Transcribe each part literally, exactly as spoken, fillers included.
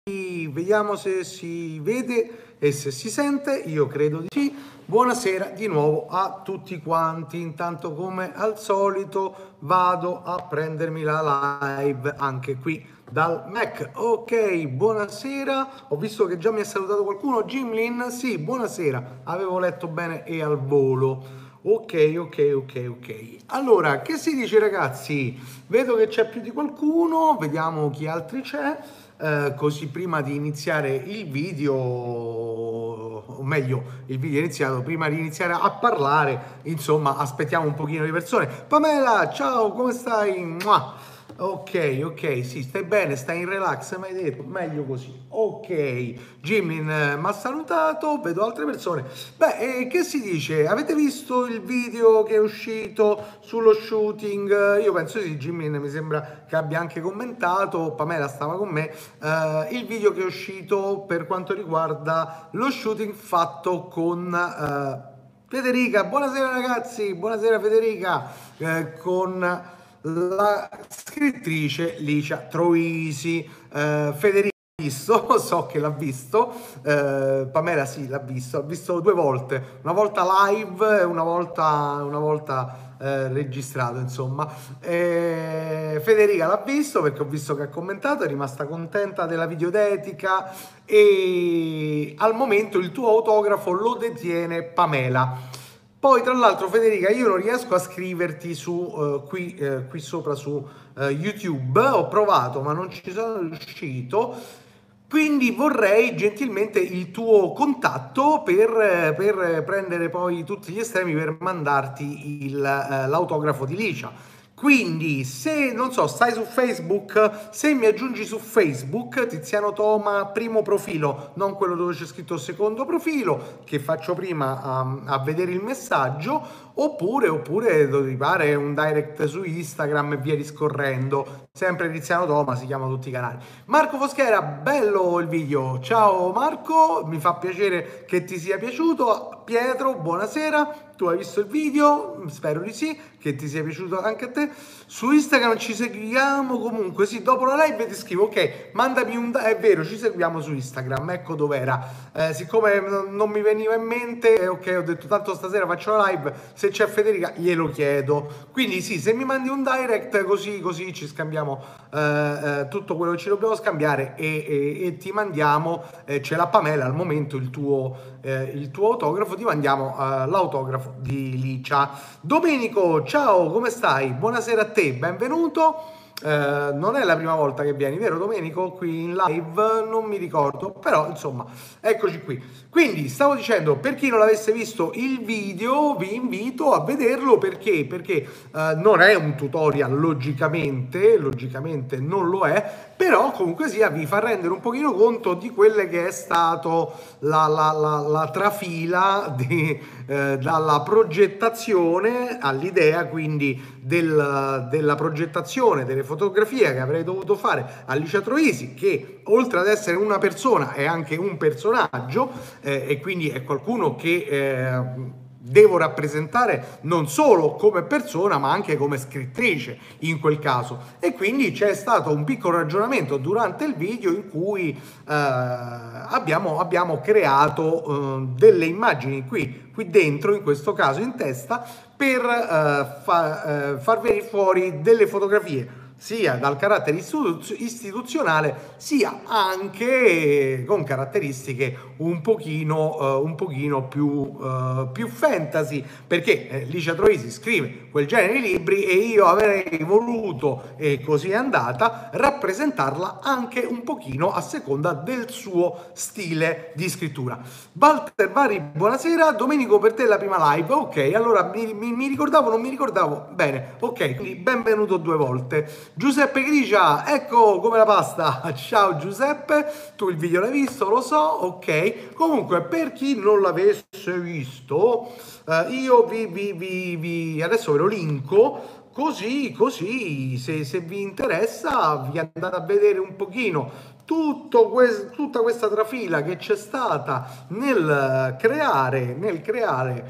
Vediamo se si vede e se si sente, io credo di sì. Buonasera di nuovo a tutti quanti. Intanto, come al solito, vado a prendermi la live anche qui dal Mac. Ok, buonasera. Ho visto che già mi ha salutato qualcuno. Jimlin, sì, buonasera. Avevo letto bene e al volo. Ok, ok, ok, ok. Allora, che si dice, ragazzi? Vedo che c'è più di qualcuno, vediamo chi altri c'è. Eh, così prima di iniziare il video, o meglio, il video è iniziato, prima di iniziare a parlare, insomma, aspettiamo un pochino di persone. Pamela, ciao, come stai? Mua! Ok, ok, sì, stai bene, stai in relax, mi hai detto, meglio così. Ok, Jimlin eh, mi ha salutato, vedo altre persone. Beh, eh, che si dice? Avete visto il video che è uscito sullo shooting? Io penso sì, Jimlin mi sembra che abbia anche commentato, Pamela stava con me, eh, il video che è uscito per quanto riguarda lo shooting fatto con eh, Federica. Buonasera ragazzi, buonasera Federica, eh, con la scrittrice Licia Troisi. eh, Federica l'ha visto, so che l'ha visto, eh, Pamela sì l'ha visto, l'ha visto due volte, una volta live e una volta, una volta eh, registrato, insomma. Eh, Federica l'ha visto perché ho visto che ha commentato, è rimasta contenta della videotetica e al momento il tuo autografo lo detiene Pamela. Poi, tra l'altro, Federica, io non riesco a scriverti su eh, qui, eh, qui sopra su eh, YouTube. Ho provato, ma non ci sono riuscito. Quindi vorrei gentilmente il tuo contatto per, eh, per prendere poi tutti gli estremi per mandarti il, eh, l'autografo di Licia. Quindi, se non so, stai su Facebook, se mi aggiungi su Facebook, Tiziano Toma, primo profilo, non quello dove c'è scritto secondo profilo, che faccio prima a, a vedere il messaggio, oppure, oppure ti pare un direct su Instagram e via discorrendo. Sempre Tiziano Toma, si chiamano tutti i canali. Marco Foschera, bello il video. Ciao Marco, mi fa piacere che ti sia piaciuto. Pietro, buonasera. Tu hai visto il video? Spero di sì, che ti sia piaciuto anche a te. Su Instagram ci seguiamo comunque, sì, dopo la live ti scrivo, ok, mandami un... è vero, ci seguiamo su Instagram, ecco dov'era. Eh, siccome non mi veniva in mente, ok, ho detto tanto stasera faccio la live, se c'è Federica glielo chiedo. Quindi sì, se mi mandi un direct così, così ci scambiamo eh, eh, tutto quello che ci dobbiamo scambiare e, e, e ti mandiamo, eh, c'è la Pamela al momento, il tuo, eh, il tuo autografo, ti mandiamo eh, l'autografo di Licia. Domenico, ciao, come stai? Buonasera a te, benvenuto. Eh, non è la prima volta che vieni, vero Domenico? Qui in live, non mi ricordo, però insomma, eccoci qui. Quindi stavo dicendo, per chi non l'avesse visto il video, vi invito a vederlo perché, perché eh, non è un tutorial, logicamente, logicamente non lo è, però comunque sia vi fa rendere un pochino conto di quelle che è stato la, la, la, la trafila di, eh, dalla progettazione all'idea, quindi del, della progettazione delle fotografie che avrei dovuto fare a Licia Troisi, che oltre ad essere una persona è anche un personaggio, eh, e quindi è qualcuno che eh, devo rappresentare non solo come persona ma anche come scrittrice in quel caso, e quindi c'è stato un piccolo ragionamento durante il video in cui eh, abbiamo, abbiamo creato eh, delle immagini qui, qui dentro, in questo caso in testa, per eh, fa, eh, far venire fuori delle fotografie sia dal carattere istituzionale sia anche con caratteristiche un pochino, uh, un pochino più, uh, più fantasy, perché eh, Licia Troisi scrive quel genere di libri e io avrei voluto, e così è andata, rappresentarla anche un pochino a seconda del suo stile di scrittura. Walter Vari, buonasera. Domenico, per te la prima live. Ok, allora mi, mi, mi ricordavo, non mi ricordavo bene. Ok, quindi benvenuto due volte. Giuseppe Grigia, ecco come la pasta. Ciao Giuseppe, tu il video l'hai visto, lo so, ok. Comunque, per chi non l'avesse visto, eh, io vi, vi, vi, vi adesso ve lo linko. Così, così, se, se vi interessa, vi andate a vedere un pochino tutto que- tutta questa trafila che c'è stata nel creare, nel creare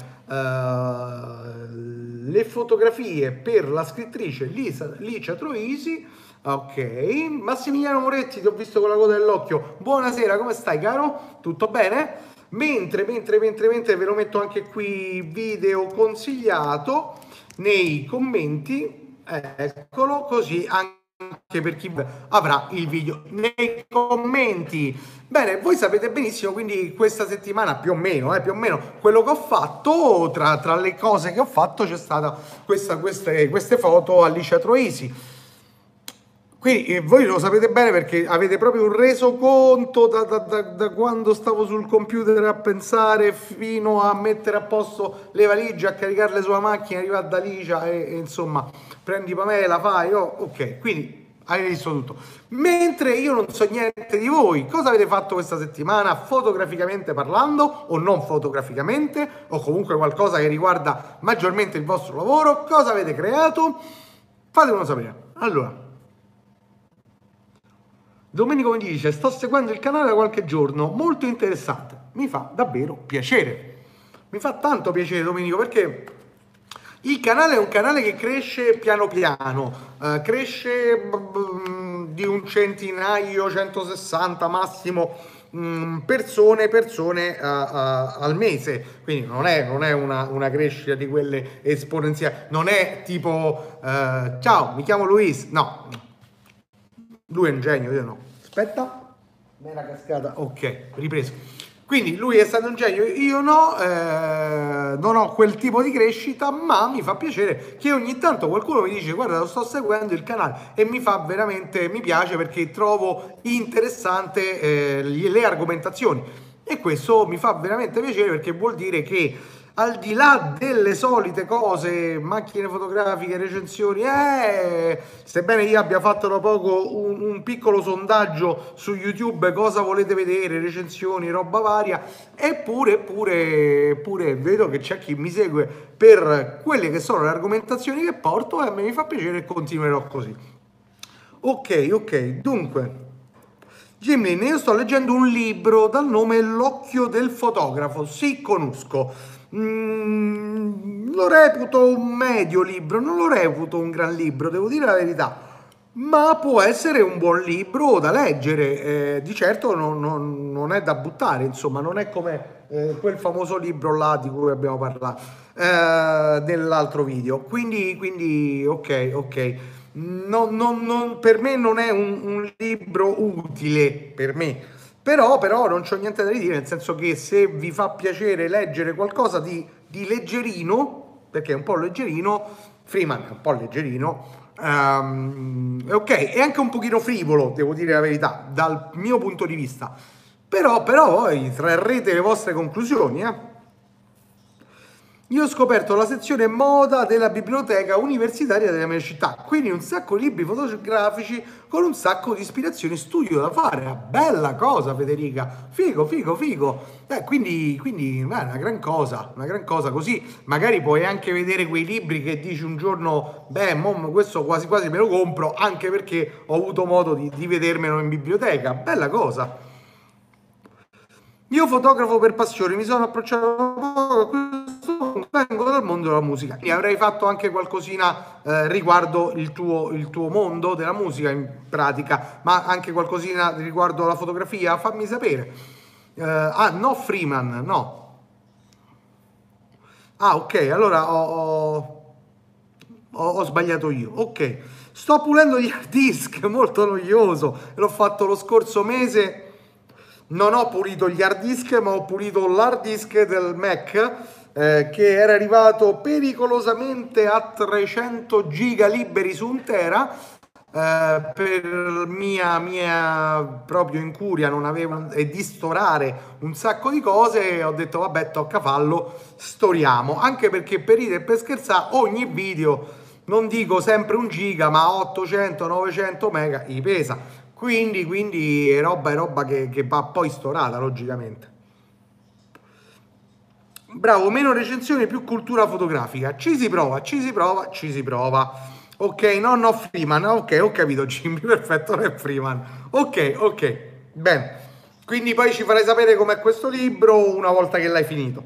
uh, le fotografie per la scrittrice Lisa, Licia Troisi, Ok, Massimiliano Moretti, ti ho visto con la coda dell'occhio. Buonasera, come stai, caro? Tutto bene? Mentre, mentre, mentre, mentre ve lo metto anche qui, video consigliato nei commenti, eccolo, così anche per chi avrà il video nei commenti. Bene, voi sapete benissimo, quindi questa settimana più o meno, eh, più o meno quello che ho fatto, tra, tra le cose che ho fatto c'è stata questa, queste, queste foto Alicia Troisi. Quindi eh, voi lo sapete bene perché avete proprio un resoconto da, da, da, da quando stavo sul computer a pensare fino a mettere a posto le valigie, a caricarle sulla macchina, arriva da Alicia e, e insomma prendi Pamela, fai, oh, ok, quindi avete visto tutto. Mentre io non so niente di voi, cosa avete fatto questa settimana fotograficamente parlando o non fotograficamente o comunque qualcosa che riguarda maggiormente il vostro lavoro, cosa avete creato? Fatemelo sapere. Allora, Domenico mi dice, sto seguendo il canale da qualche giorno, molto interessante, mi fa davvero piacere, mi fa tanto piacere Domenico perché il canale è un canale che cresce piano piano, eh, cresce mm, di un centinaio, centosessanta massimo mm, persone, persone uh, uh, al mese, quindi non è, non è una, una crescita di quelle esponenziali, non è tipo uh, ciao mi chiamo Luis, no. Lui è un genio, io no. Aspetta, mi era cascata. Ok, ripreso. Quindi lui è stato un genio, io no, eh, non ho quel tipo di crescita, ma mi fa piacere che ogni tanto qualcuno mi dice guarda lo sto seguendo il canale e mi fa veramente, mi piace perché trovo interessante eh, le argomentazioni e questo mi fa veramente piacere perché vuol dire che al di là delle solite cose, macchine fotografiche, recensioni, eh, sebbene io abbia fatto da poco un, un piccolo sondaggio su YouTube, cosa volete vedere, recensioni, roba varia, eppure, eppure, eppure vedo che c'è chi mi segue per quelle che sono le argomentazioni che porto e a me mi fa piacere e continuerò così. Ok, ok, dunque... Gimlin, io sto leggendo un libro dal nome L'occhio del fotografo, sì, conosco. Mm, lo reputo un medio libro, non lo reputo un gran libro, devo dire la verità, ma può essere un buon libro da leggere, eh, di certo non, non, non è da buttare, insomma, non è come eh, quel famoso libro là di cui abbiamo parlato eh, nell'altro video, quindi, quindi ok, ok. Non, non, non, per me non è un, un libro utile per me, però, però non c'ho niente da dire, nel senso che se vi fa piacere leggere qualcosa di, di leggerino, perché è un po' leggerino, Freeman è un po' leggerino, um, ok, è anche un pochino frivolo, devo dire la verità, dal mio punto di vista, però, però voi trarrete le vostre conclusioni, eh. Io ho scoperto la sezione moda della biblioteca universitaria della mia città, quindi un sacco di libri fotografici con un sacco di ispirazioni studio da fare. Una bella cosa, Federica. Figo, figo, figo. Eh, quindi, quindi è una gran cosa, una gran cosa. Così magari puoi anche vedere quei libri che dici un giorno, beh, mom, questo quasi quasi me lo compro, anche perché ho avuto modo di, di vedermelo in biblioteca. Bella cosa. Io fotografo per passione, mi sono approcciato a questo, vengo dal mondo della musica. Quindi avrei fatto anche qualcosina eh, riguardo il tuo, il tuo mondo della musica in pratica, ma anche qualcosina riguardo la fotografia, fammi sapere. Eh, ah, no Freeman, no. Ah, ok, allora ho, ho, ho, ho sbagliato io. Ok, sto pulendo gli hard disk, molto noioso, l'ho fatto lo scorso mese. Non ho pulito gli hard disk, ma ho pulito l'hard disk del Mac eh, che era arrivato pericolosamente a trecento giga liberi su un tera. Eh, per mia, mia proprio incuria non avevo e di storare un sacco di cose, ho detto vabbè tocca farlo, storiamo, anche perché per ridere e per scherzare ogni video non dico sempre un giga ma ottocento novecento mega i pesa. Quindi, quindi è roba, è roba che, che va poi storata, logicamente. Bravo, meno recensioni, più cultura fotografica. Ci si prova, ci si prova, ci si prova. Ok, no, no, Freeman. Ok, ho capito, Jimmy, perfetto, non è Freeman. Ok, ok, bene. Quindi poi ci farai sapere com'è questo libro una volta che l'hai finito.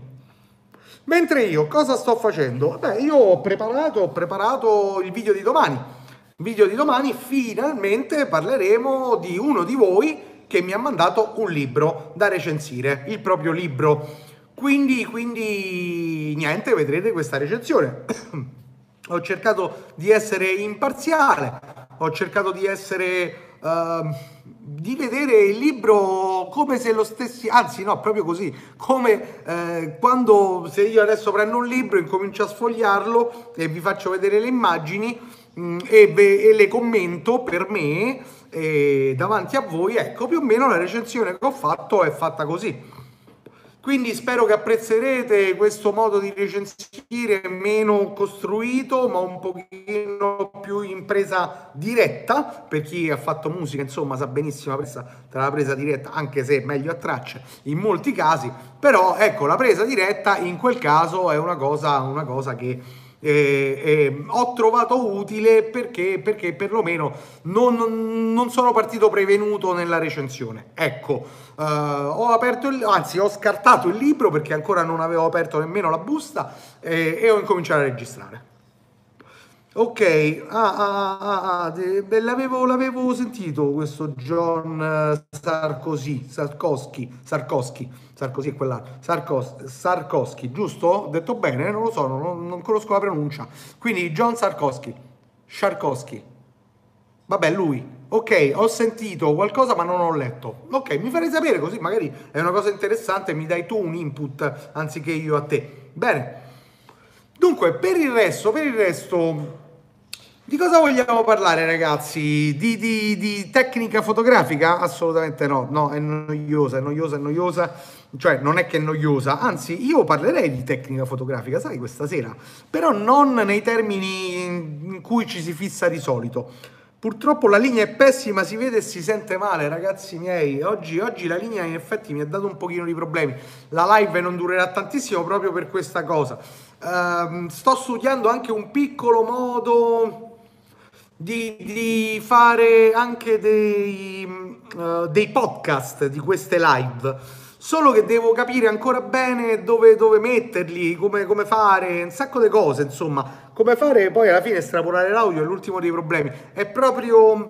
Mentre io, cosa sto facendo? Beh, io ho preparato, ho preparato il video di domani. video di domani finalmente parleremo di uno di voi che mi ha mandato un libro da recensire, il proprio libro. Quindi, quindi niente, vedrete questa recensione. Ho cercato di essere imparziale, ho cercato di essere... Uh, di vedere il libro come se lo stessi, anzi no, proprio così, come eh, quando se io adesso prendo un libro, incomincio a sfogliarlo e vi faccio vedere le immagini mh, e, e le commento per me eh, davanti a voi, ecco più o meno la recensione che ho fatto è fatta così. Quindi spero che apprezzerete questo modo di recensire meno costruito, ma un pochino più in presa diretta. Per chi ha fatto musica, insomma, sa benissimo la presa, tra la presa diretta, anche se è meglio a tracce in molti casi. Però, ecco, la presa diretta in quel caso è una cosa, una cosa che eh, eh, ho trovato utile perché, perché perlomeno non, non sono partito prevenuto nella recensione. Ecco. Uh, ho aperto il, anzi ho scartato il libro perché ancora non avevo aperto nemmeno la busta e, e ho incominciato a registrare. Ok, ah, ah, ah, ah, de, l'avevo, l'avevo sentito questo John Sarkozy, Sarkozy, Sarkozy, Sarkozy è quella, Sarkos, Sarkozy, giusto? Ho detto bene? Non lo so, non, non conosco la pronuncia. Quindi John Sarkozy, Sarkozy, vabbè lui. Ok, ho sentito qualcosa ma non ho letto. Ok, mi farei sapere così magari è una cosa interessante, mi dai tu un input anziché io a te. Bene. Dunque, per il resto, per il resto, di cosa vogliamo parlare ragazzi? Di, di, di tecnica fotografica? Assolutamente no, no, è noiosa, è noiosa, è noiosa. Cioè, non è che è noiosa, anzi, io parlerei di tecnica fotografica, sai, questa sera. Però non nei termini in cui ci si fissa di solito. Purtroppo la linea è pessima, si vede e si sente male, ragazzi miei. Oggi, oggi la linea in effetti mi ha dato un pochino di problemi. La live non durerà tantissimo proprio per questa cosa. Uh, sto studiando anche un piccolo modo di, di fare anche dei, uh, dei podcast di queste live. Solo che devo capire ancora bene dove, dove metterli, come, come fare, un sacco di cose, insomma. Come fare poi alla fine estrapolare l'audio è l'ultimo dei problemi. È proprio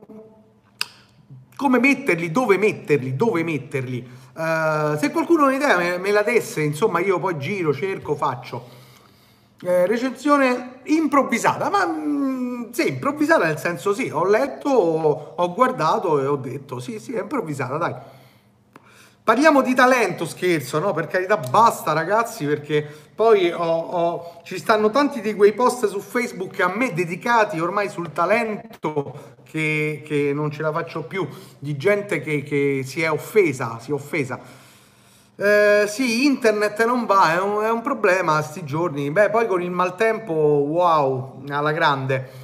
come metterli, dove metterli, dove metterli. Uh, se qualcuno ha un'idea me, me la desse, insomma io poi giro, cerco, faccio. Eh, recensione improvvisata, ma mh, sì, improvvisata nel senso sì, ho letto, ho, ho guardato e ho detto sì, sì, è improvvisata, dai. Parliamo di talento, scherzo, no? Per carità, basta ragazzi, perché poi ho, ho, ci stanno tanti di quei post su Facebook a me dedicati ormai sul talento che, che non ce la faccio più, di gente che, che si è offesa, si è offesa. Eh, sì, internet non va, è un, è un problema sti giorni. Beh, poi con il maltempo, wow, alla grande.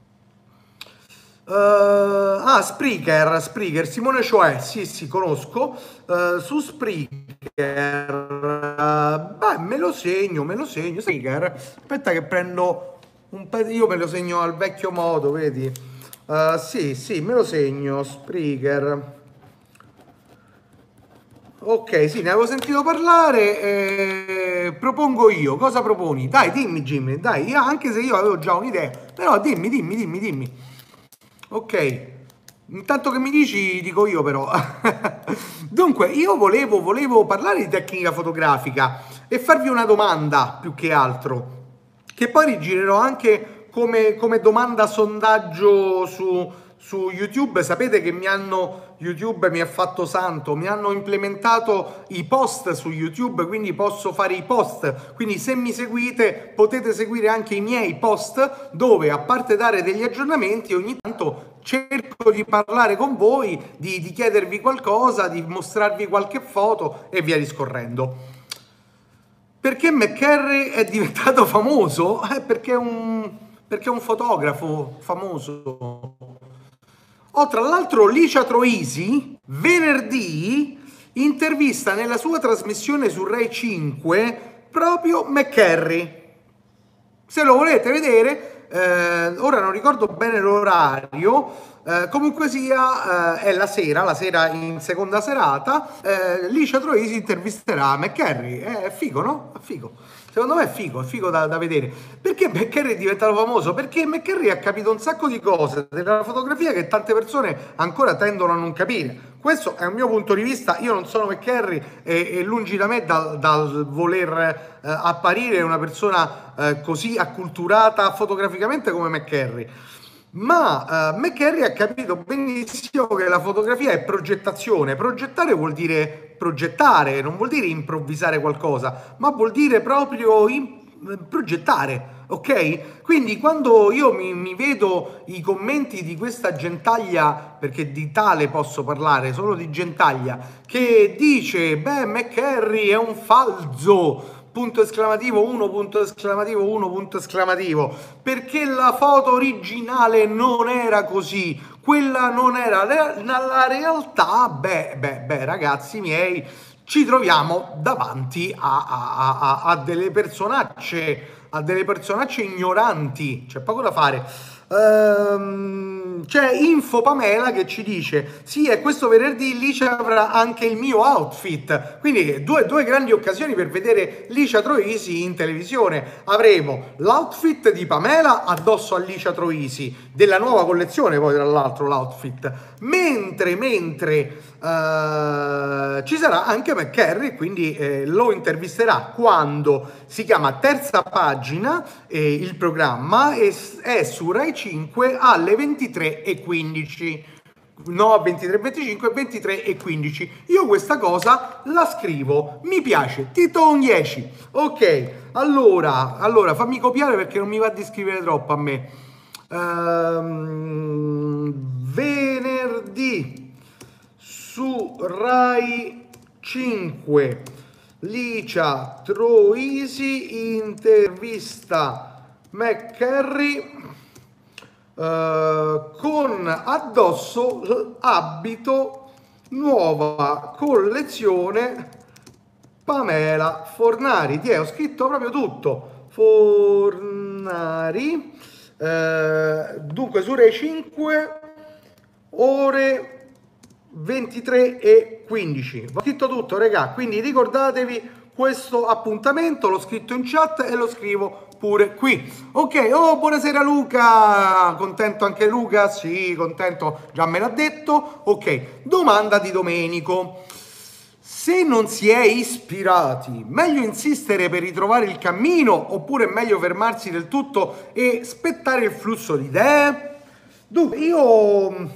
Uh, ah, Spreaker, Spreaker, Simone Cioè, sì, sì, conosco. Uh, su Spreaker, uh, beh, me lo segno, me lo segno. Spreaker, aspetta che prendo un pezzo, io me lo segno al vecchio modo, vedi? Uh, sì, sì, me lo segno, Spreaker. Ok, sì, ne avevo sentito parlare, eh, propongo io, cosa proponi? Dai, dimmi Jimmy, dai, anche se io avevo già un'idea, però dimmi, dimmi, dimmi, dimmi. Ok, intanto che mi dici dico io però. Dunque, io volevo, volevo parlare di tecnica fotografica e farvi una domanda più che altro, che poi rigirerò anche come, come domanda sondaggio su, su YouTube. Sapete che mi hanno... YouTube mi ha fatto santo, mi hanno implementato i post su YouTube, quindi posso fare i post. Quindi se mi seguite potete seguire anche i miei post dove, a parte dare degli aggiornamenti, ogni tanto cerco di parlare con voi, di, di chiedervi qualcosa, di mostrarvi qualche foto e via discorrendo. Perché McCarry è diventato famoso? Eh, perché, è un, perché è un fotografo famoso. Ho tra l'altro Licia Troisi, venerdì, intervista nella sua trasmissione su Rai cinque proprio McCarry. Se lo volete vedere, eh, ora non ricordo bene l'orario, Eh, comunque sia, eh, è la sera, la sera in seconda serata, eh, Licia Troisi intervisterà McCarry. È figo, no? È figo. Secondo me è figo, è figo da, da vedere. Perché McCarry è diventato famoso? Perché McCarry ha capito un sacco di cose della fotografia che tante persone ancora tendono a non capire. Questo è un mio punto di vista, io non sono McCarry e, e lungi da me dal, dal voler eh, apparire una persona eh, così acculturata fotograficamente come McCarry. Ma uh, McCarry ha capito benissimo che la fotografia è progettazione. Progettare vuol dire progettare, non vuol dire improvvisare qualcosa, ma vuol dire proprio in- progettare, ok? Quindi quando io mi, mi vedo i commenti di questa gentaglia, perché di tale posso parlare, solo di gentaglia, che dice, beh, McCarry è un falso, punto esclamativo uno, punto esclamativo uno, punto esclamativo, perché la foto originale non era così, quella non era la realtà. Beh, beh, beh, ragazzi miei, ci troviamo davanti a, a, a, a delle personacce, a delle personacce ignoranti, c'è poco da fare. Ehm, c'è Info Pamela che ci dice sì, e questo venerdì Licia avrà anche il mio outfit, quindi due, due grandi occasioni per vedere Licia Troisi in televisione. Avremo l'outfit di Pamela addosso a Licia Troisi, della nuova collezione poi tra l'altro l'outfit, mentre mentre Uh, ci sarà anche McCarry, quindi eh, lo intervisterà quando si chiama Terza Pagina, eh, il programma è, è su Rai cinque alle ventitré e quindici, no ventitré e venticinque, ventitré e quindici. Io questa cosa la scrivo, mi piace, ti do un dieci. Ok, allora, allora fammi copiare perché non mi va di scrivere troppo a me. Uh, venerdì su Rai cinque Licia Troisi intervista McCarry eh, con addosso abito nuova collezione Pamela Fornari. Ti ho scritto proprio tutto, Fornari, eh, dunque su Rai cinque ore ventitré e quindici. Ho scritto tutto, regà, quindi ricordatevi questo appuntamento, l'ho scritto in chat e lo scrivo pure qui. Ok, oh, buonasera Luca, contento anche Luca? Sì, contento, già me l'ha detto. Ok, domanda di Domenico. Se non si è ispirati, meglio insistere per ritrovare il cammino oppure è meglio fermarsi del tutto e spettare il flusso di idee? Dunque, io...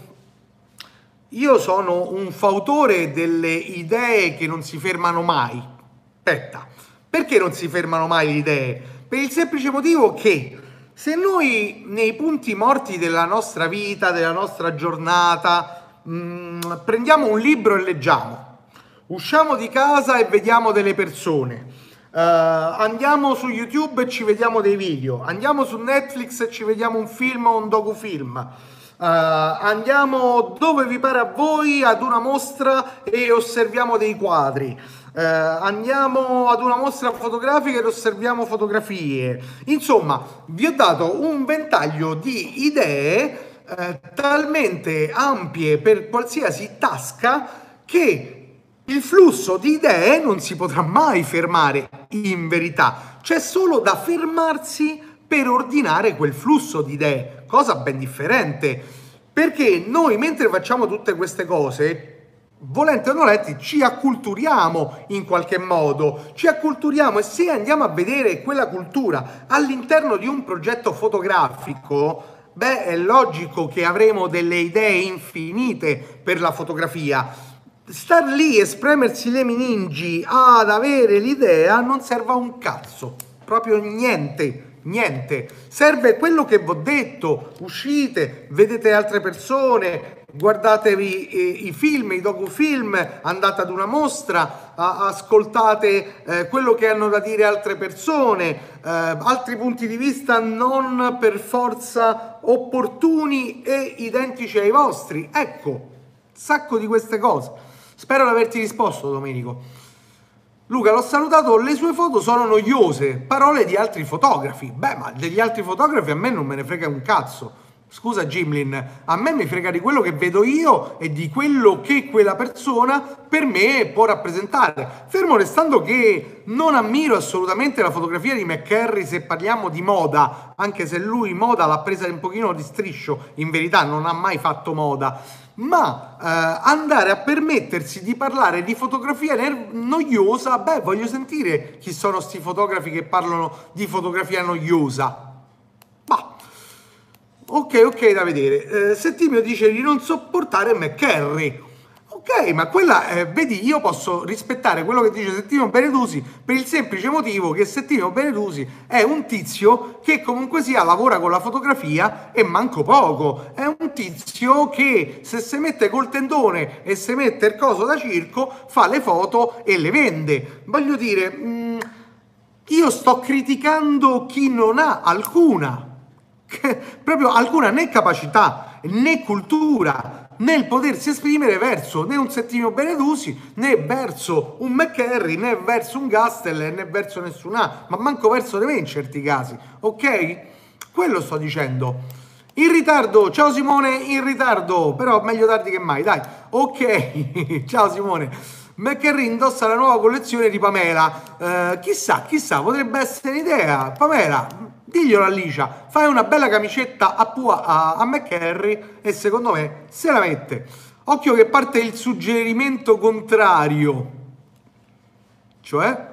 Io sono un fautore delle idee che non si fermano mai. Aspetta, perché non si fermano mai le idee? Per il semplice motivo che se noi nei punti morti della nostra vita, della nostra giornata, mh, prendiamo un libro e leggiamo, usciamo di casa e vediamo delle persone, uh, andiamo su YouTube e ci vediamo dei video, andiamo su Netflix e ci vediamo un film o un docufilm, Uh, andiamo dove vi pare a voi ad una mostra e osserviamo dei quadri, uh, andiamo ad una mostra fotografica ed osserviamo fotografie. Insomma, vi ho dato un ventaglio di idee uh, talmente ampie per qualsiasi tasca che il flusso di idee non si potrà mai fermare. In verità c'è solo da fermarsi per ordinare quel flusso di idee, cosa ben differente, perché noi mentre facciamo tutte queste cose, volenti o nolenti, ci acculturiamo in qualche modo, ci acculturiamo, e se andiamo a vedere quella cultura all'interno di un progetto fotografico, beh, è logico che avremo delle idee infinite per la fotografia. Star lì e spremersi le meningi ad avere l'idea non serve a un cazzo, proprio niente. Niente, serve quello che vi ho detto, uscite, vedete altre persone, guardatevi eh, i film, i docufilm, andate ad una mostra, a, ascoltate eh, quello che hanno da dire altre persone, eh, altri punti di vista non per forza opportuni e identici ai vostri. Ecco, un sacco di queste cose. Spero di averti risposto, Domenico. Luca, l'ho salutato, le sue foto sono noiose, parole di altri fotografi. Beh, ma degli altri fotografi a me non me ne frega un cazzo. scusa Gimlin, a me mi frega di quello che vedo io e di quello che quella persona per me può rappresentare. Fermo restando che non ammiro assolutamente la fotografia di McCarry se parliamo di moda, anche se lui moda l'ha presa un pochino di striscio, in verità non ha mai fatto moda, ma eh, andare a permettersi di parlare di fotografia noiosa, beh, voglio sentire chi sono sti fotografi che parlano di fotografia noiosa. Bah. Ok, ok, da vedere. Eh, Settimio dice di non sopportare McCarry. Ok, ma quella, eh, vedi, io posso rispettare quello che dice Settimio Benedusi per il semplice motivo che Settimio Benedusi è un tizio che comunque sia lavora con la fotografia e manco poco. È un tizio che se si mette col tendone e si mette il coso da circo fa le foto e le vende. Voglio dire, mh, io sto criticando chi non ha alcuna, proprio alcuna né capacità né cultura nel potersi esprimere verso né un Settimio Benedusi né verso un McCarry né verso un Gastel né verso nessuna, ma manco verso di me in certi casi, ok? Quello sto dicendo. In ritardo, ciao Simone, in ritardo, però meglio tardi che mai, dai. Ok, ciao Simone. McCarry indossa la nuova collezione di Pamela. Eh, chissà, chissà, potrebbe essere un'idea. Pamela, diglielo a Licia, fai una bella camicetta a, a, a McCarry e secondo me se la mette. Occhio che parte il suggerimento contrario, cioè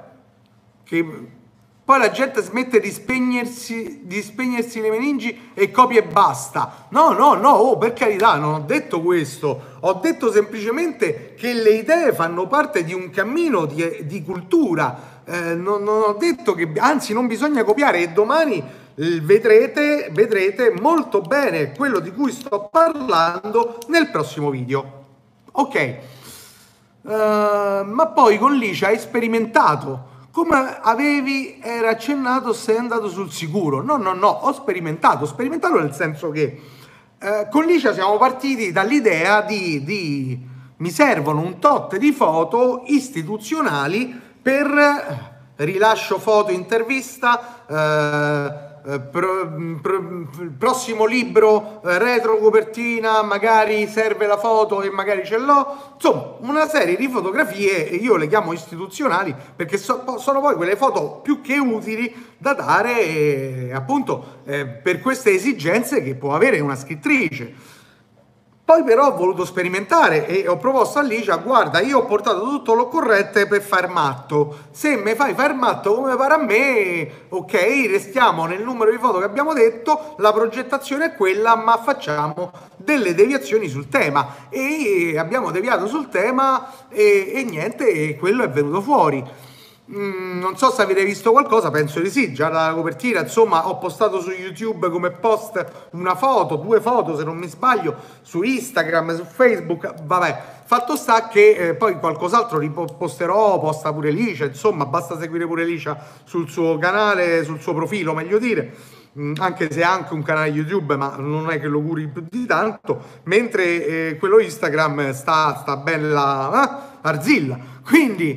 che poi la gente smette di spegnersi, di spegnersi le meningi e copia e basta. No, no, no, oh, per carità, non ho detto questo. Ho detto semplicemente che le idee fanno parte di un cammino di, di cultura. Eh, non, non ho detto che, anzi, non bisogna copiare e domani vedrete, vedrete molto bene quello di cui sto parlando nel prossimo video. Ok, uh, ma poi con Licia hai sperimentato. Come avevi, era accennato, sei andato sul sicuro. No, no, no, ho sperimentato, ho sperimentato nel senso che eh, con Licia siamo partiti dall'idea di, di mi servono un tot di foto istituzionali per rilascio foto intervista, eh, Pro, pro, prossimo libro, eh, retro copertina, magari serve la foto e magari ce l'ho, insomma una serie di fotografie, io le chiamo istituzionali perché so, sono poi quelle foto più che utili da dare eh, appunto eh, per queste esigenze che può avere una scrittrice. Poi però ho voluto sperimentare e ho proposto a Licia, guarda, io ho portato tutto l'occorrente per far matto, se mi fai far matto come pare a me, ok, restiamo nel numero di foto che abbiamo detto, la progettazione è quella, ma facciamo delle deviazioni sul tema, e abbiamo deviato sul tema e, e niente, e quello è venuto fuori. Mm, non so se avete visto qualcosa, penso di sì, già dalla copertina, insomma ho postato su YouTube come post una foto, due foto se non mi sbaglio, su Instagram, su Facebook, vabbè, fatto sta che eh, poi qualcos'altro riposterò, posta pure Licia, insomma basta seguire pure Licia sul suo canale, sul suo profilo meglio dire, mm, anche se ha anche un canale YouTube ma non è che lo curi più di tanto, mentre eh, quello Instagram sta, sta bella eh, arzilla. Quindi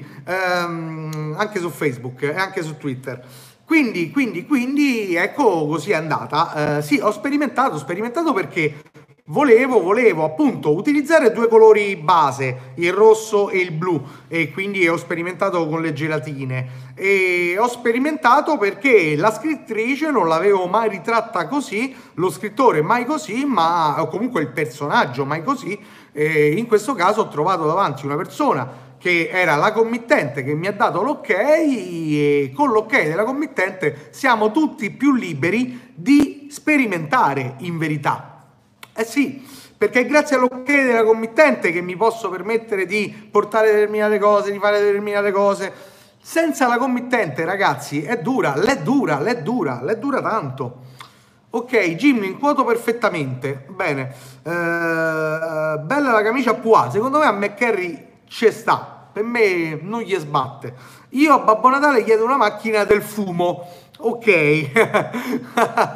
ehm, anche su Facebook e anche su Twitter. Quindi, quindi, quindi ecco così è andata. Eh, sì, ho sperimentato, ho sperimentato perché volevo, volevo appunto utilizzare due colori base, il rosso e il blu, e quindi ho sperimentato con le gelatine. E ho sperimentato perché la scrittrice non l'avevo mai ritratta così, lo scrittore mai così, ma o comunque il personaggio mai così. E in questo caso ho trovato davanti una persona che era la committente che mi ha dato l'ok e con l'ok della committente siamo tutti più liberi di sperimentare in verità. Eh sì, perché è grazie all'ok della committente che mi posso permettere di portare determinate cose, di fare determinate cose. Senza la committente, ragazzi, è dura, l'è dura, l'è dura, l'è dura tanto. Ok, Jim, inquadro perfettamente. Bene, eh, bella la camicia Pua. Secondo me a McCarry ci sta. Per me non gli sbatte. Io a Babbo Natale chiedo una macchina del fumo. Ok.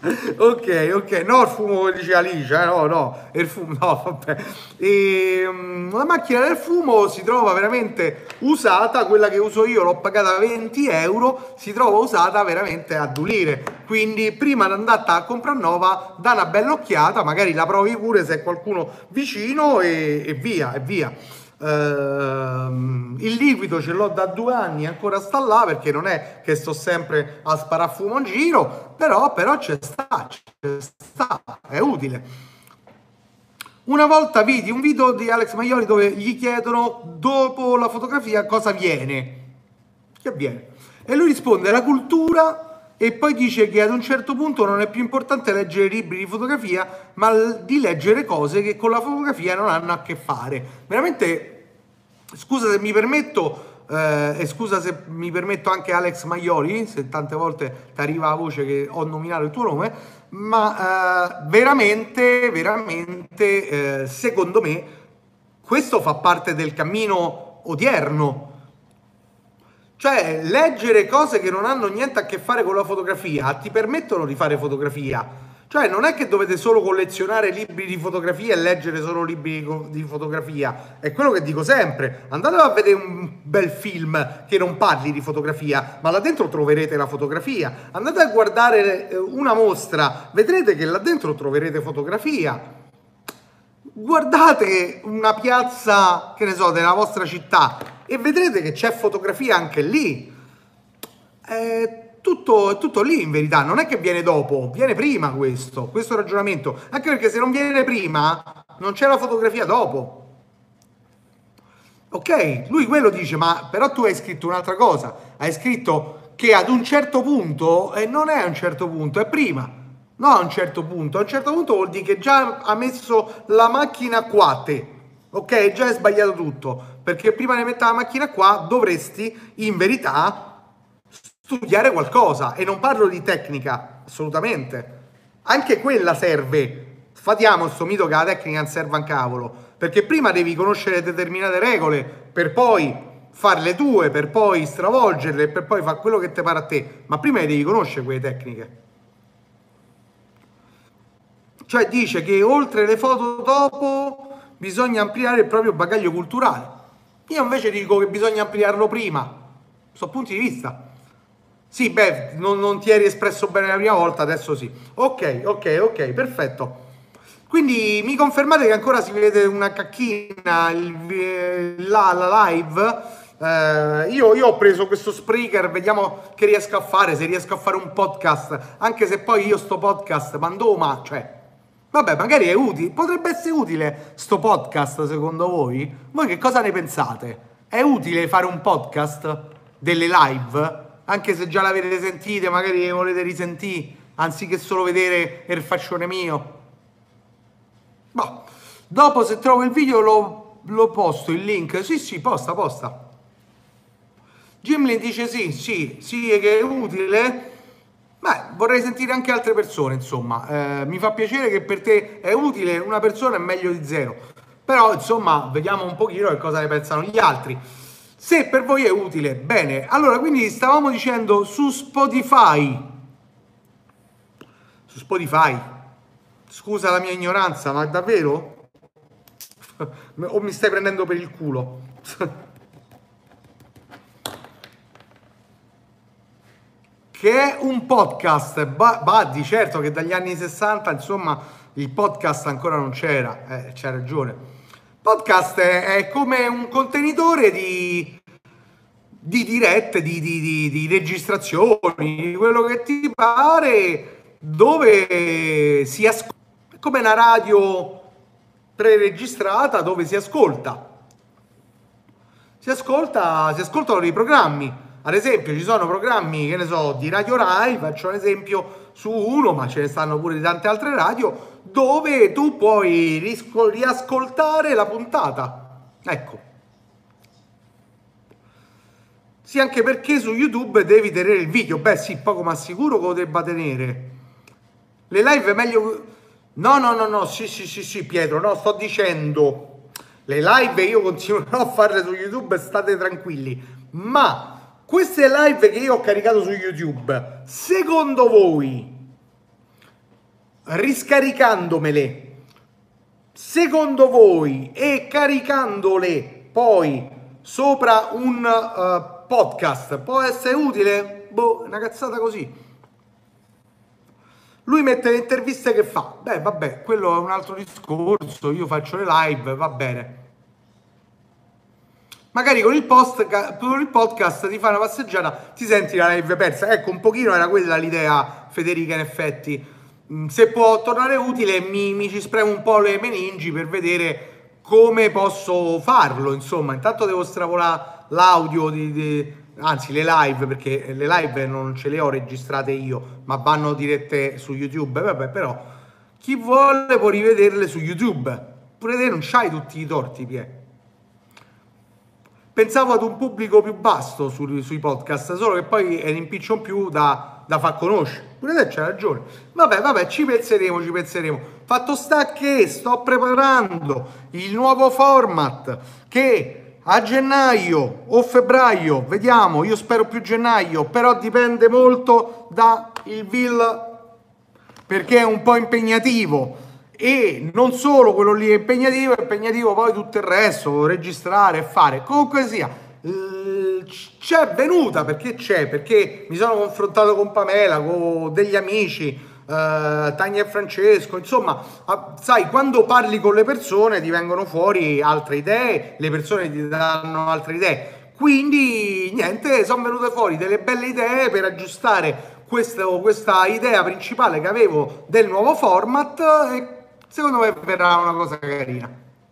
Ok, ok, no il fumo che dice Alice, eh, no, no, il fumo, no, vabbè. E, um, la macchina del fumo si trova veramente usata, quella che uso io l'ho pagata venti euro, si trova usata veramente a dulire, quindi prima di andare a comprare nuova, da una bella occhiata, magari la provi pure se è qualcuno vicino e, e via, e via. Ehm, il liquido ce l'ho da due anni, ancora sta là perché non è che sto sempre a sparare fumo in giro, però, però c'è sta, c'è sta, è utile. Una volta vidi un video di Alex Maioli dove gli chiedono dopo la fotografia cosa viene, che avviene, e lui risponde la cultura. E poi dice che ad un certo punto non è più importante leggere libri di fotografia, ma di leggere cose che con la fotografia non hanno a che fare. Veramente, scusa se mi permetto, eh, e scusa se mi permetto anche Alex Maioli, se tante volte ti arriva la voce che ho nominato il tuo nome, ma eh, veramente, veramente, eh, secondo me, questo fa parte del cammino odierno. Cioè, leggere cose che non hanno niente a che fare con la fotografia ti permettono di fare fotografia. Cioè, non è che dovete solo collezionare libri di fotografia e leggere solo libri di, di fotografia. È quello che dico sempre. Andate a vedere un bel film che non parli di fotografia, ma là dentro troverete la fotografia. Andate a guardare una mostra, vedrete che là dentro troverete fotografia. Guardate una piazza, che ne so, della vostra città e vedrete che c'è fotografia anche lì. È tutto, è tutto lì in verità, non è che viene dopo, viene prima questo, questo ragionamento. Anche perché se non viene prima, non c'è la fotografia dopo. Ok, lui quello dice, ma però tu hai scritto un'altra cosa. Hai scritto che ad un certo punto, e non è a un certo punto, è prima. No, a un certo punto, a un certo punto vuol dire che già ha messo la macchina qua te, ok? Già è sbagliato tutto, perché prima di mettere la macchina qua dovresti in verità studiare qualcosa, e non parlo di tecnica, assolutamente. Anche quella serve, sfatiamo sto mito che la tecnica non serve a un cavolo, perché prima devi conoscere determinate regole per poi farle tue, per poi stravolgerle, per poi fare quello che ti pare a te, ma prima le devi conoscere quelle tecniche. Cioè dice che oltre le foto dopo bisogna ampliare il proprio bagaglio culturale. Io invece dico che bisogna ampliarlo prima, sono punti di vista. Sì, beh, non, non ti eri espresso bene la prima volta, adesso sì. Ok, ok, ok, perfetto. Quindi mi confermate che ancora si vede una cacchina il, la, la live? Eh, io, io ho preso questo Spreaker, vediamo che riesco a fare, se riesco a fare un podcast, anche se poi io sto podcast mando, ma cioè... Vabbè, magari è utile, potrebbe essere utile sto podcast secondo voi? Voi che cosa ne pensate? È utile fare un podcast delle live? Anche se già l'avete sentite, magari volete risentire, anziché solo vedere il faccione mio. Boh. Dopo se trovo il video lo, lo posto, il link. Sì, sì, posta, posta. Gimlin dice sì, sì, sì che è utile. Beh, vorrei sentire anche altre persone, insomma, eh, mi fa piacere che per te è utile, una persona è meglio di zero, però insomma vediamo un pochino che cosa ne pensano gli altri. Se per voi è utile, bene. Allora, quindi stavamo dicendo su Spotify, su Spotify, scusa la mia ignoranza, ma davvero? O mi stai prendendo per il culo? Che è un podcast, Buddy, certo che dagli anni sessanta, insomma, il podcast ancora non c'era, eh, c'ha ragione. Podcast è, è come un contenitore di, di dirette, di, di, di, di registrazioni, di quello che ti pare, dove si ascolta, è come una radio preregistrata dove si ascolta. Si ascolta, si ascoltano dei programmi. Ad esempio ci sono programmi, che ne so, di Radio Rai, faccio un esempio su uno, ma ce ne stanno pure di tante altre radio, dove tu puoi risco- riascoltare la puntata. Ecco. Sì, anche perché su YouTube devi tenere il video. Beh sì, poco ma sicuro che lo debba tenere. Le live è meglio... No, no, no, no, sì, sì, sì, sì, Pietro, no, sto dicendo... Le live io continuerò a farle su YouTube, state tranquilli. Ma... queste live che io ho caricato su YouTube, secondo voi riscaricandomele, secondo voi, e caricandole poi sopra un uh, podcast può essere utile? Boh, una cazzata così. Lui mette le interviste che fa, beh vabbè, quello è un altro discorso, io faccio le live, va bene. Magari con il, post, con il podcast ti fai una passeggiata, ti senti la live persa. Ecco, un pochino era quella l'idea, Federica, in effetti. Se può tornare utile, mi, mi ci spremo un po' le meningi per vedere come posso farlo, insomma. Intanto devo stravolare l'audio di... di anzi le live, perché le live non ce le ho registrate io, ma vanno dirette su YouTube. Vabbè, però chi vuole può rivederle su YouTube. Pure te non c'hai tutti i torti, Pie. Pensavo ad un pubblico più vasto su, sui podcast, solo che poi è un impiccio più da, da far conoscere. Pure te c'hai ragione. Vabbè, vabbè, ci penseremo, ci penseremo. Fatto sta che sto preparando il nuovo format che a gennaio o febbraio, vediamo, io spero più gennaio, però dipende molto dal V I L, perché è un po' impegnativo, e non solo quello lì è impegnativo, è impegnativo poi tutto il resto, registrare e fare. Comunque sia, c'è venuta, perché c'è, perché mi sono confrontato con Pamela, con degli amici, Uh, Tania e Francesco, insomma, uh, sai, quando parli con le persone ti vengono fuori altre idee, le persone ti danno altre idee, quindi niente, sono venute fuori delle belle idee per aggiustare questo, questa idea principale che avevo del nuovo format, e secondo me verrà una cosa carina.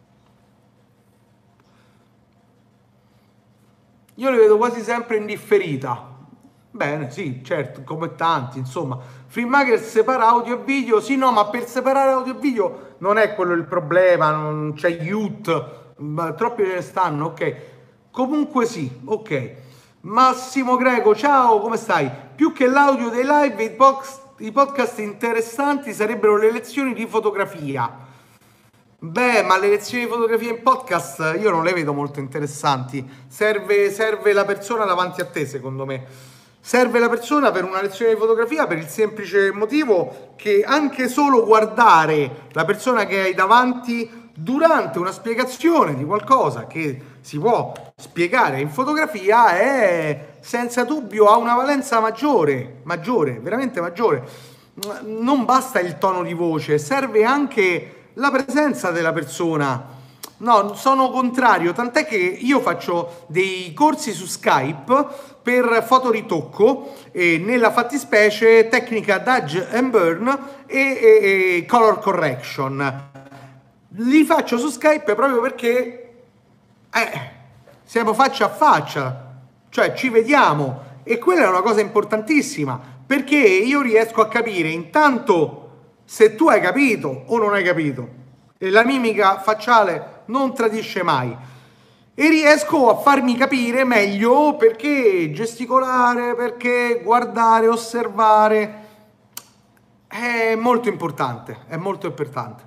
Io li vedo quasi sempre in differita. Bene, sì, certo, come tanti, insomma. FreeMaker separa audio e video, sì, no, ma per separare audio e video non è quello il problema, non c'è Youth, troppi ce ne stanno, ok. Comunque sì, ok. Massimo Greco, ciao, come stai? Più che l'audio dei live, i, box, i podcast interessanti sarebbero le lezioni di fotografia. Beh, ma le lezioni di fotografia in podcast io non le vedo molto interessanti. Serve, serve la persona davanti a te, secondo me. Serve la persona per una lezione di fotografia per il semplice motivo che anche solo guardare la persona che hai davanti durante una spiegazione di qualcosa che si può spiegare in fotografia è senza dubbio, ha una valenza maggiore, maggiore, veramente maggiore. Non basta il tono di voce, serve anche la presenza della persona. No, sono contrario, tant'è che io faccio dei corsi su Skype per fotoritocco, e nella fattispecie tecnica Dodge and Burn e, e, e color correction. Li faccio su Skype proprio perché eh, siamo faccia a faccia, cioè ci vediamo, e quella è una cosa importantissima, perché io riesco a capire intanto se tu hai capito o non hai capito, e la mimica facciale non tradisce mai, e riesco a farmi capire meglio, perché gesticolare, perché guardare, osservare è molto importante, è molto importante.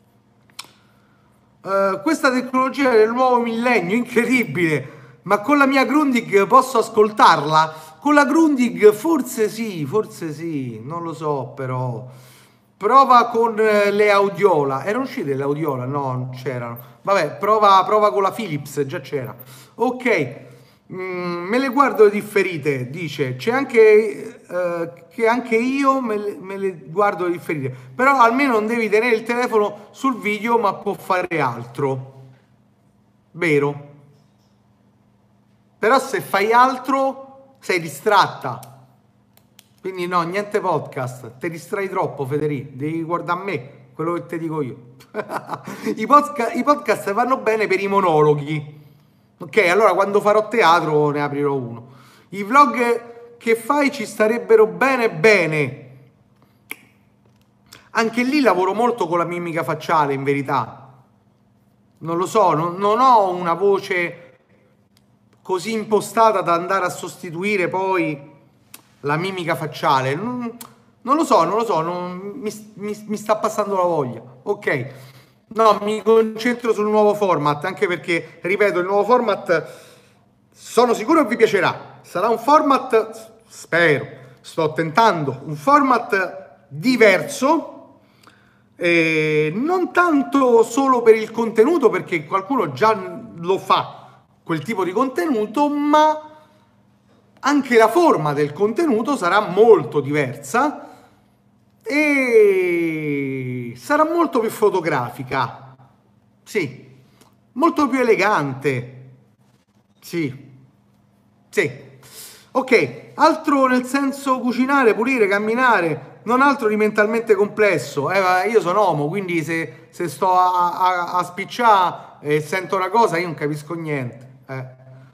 Uh, questa tecnologia del nuovo millennio, incredibile, ma con la mia Grundig posso ascoltarla? Con la Grundig forse sì, forse sì, non lo so, però prova con le Audiola. Erano uscite le Audiola? No, non c'erano. Vabbè, prova, prova con la Philips, già c'era. Ok, mm, me le guardo differite, dice. C'è anche eh, che anche io me le, me le guardo differite. Però almeno non devi tenere il telefono sul video, ma può fare altro. Vero? Però se fai altro sei distratta. Quindi no, niente podcast, ti distrai troppo, Federico, devi guardare a me, quello che ti dico io. I, podcast, I podcast vanno bene per i monologhi, ok? Allora quando farò teatro ne aprirò uno. I vlog che fai ci starebbero bene bene. Anche lì lavoro molto con la mimica facciale, in verità. Non lo so, non, non ho una voce così impostata da andare a sostituire poi la mimica facciale, non, non lo so, non lo so, non, mi, mi, mi sta passando la voglia, ok? No, mi concentro sul nuovo format, anche perché, ripeto, il nuovo format sono sicuro che vi piacerà, sarà un format, spero, sto tentando, un format diverso, E non tanto solo per il contenuto, perché qualcuno già lo fa quel tipo di contenuto, ma anche la forma del contenuto sarà molto diversa e sarà molto più fotografica, sì, molto più elegante, sì, sì. Ok, altro nel senso cucinare, pulire, camminare, non altro di mentalmente complesso. Eh, ma io sono uomo, quindi se, se sto a, a, a spicciare e sento una cosa, io non capisco niente. Eh.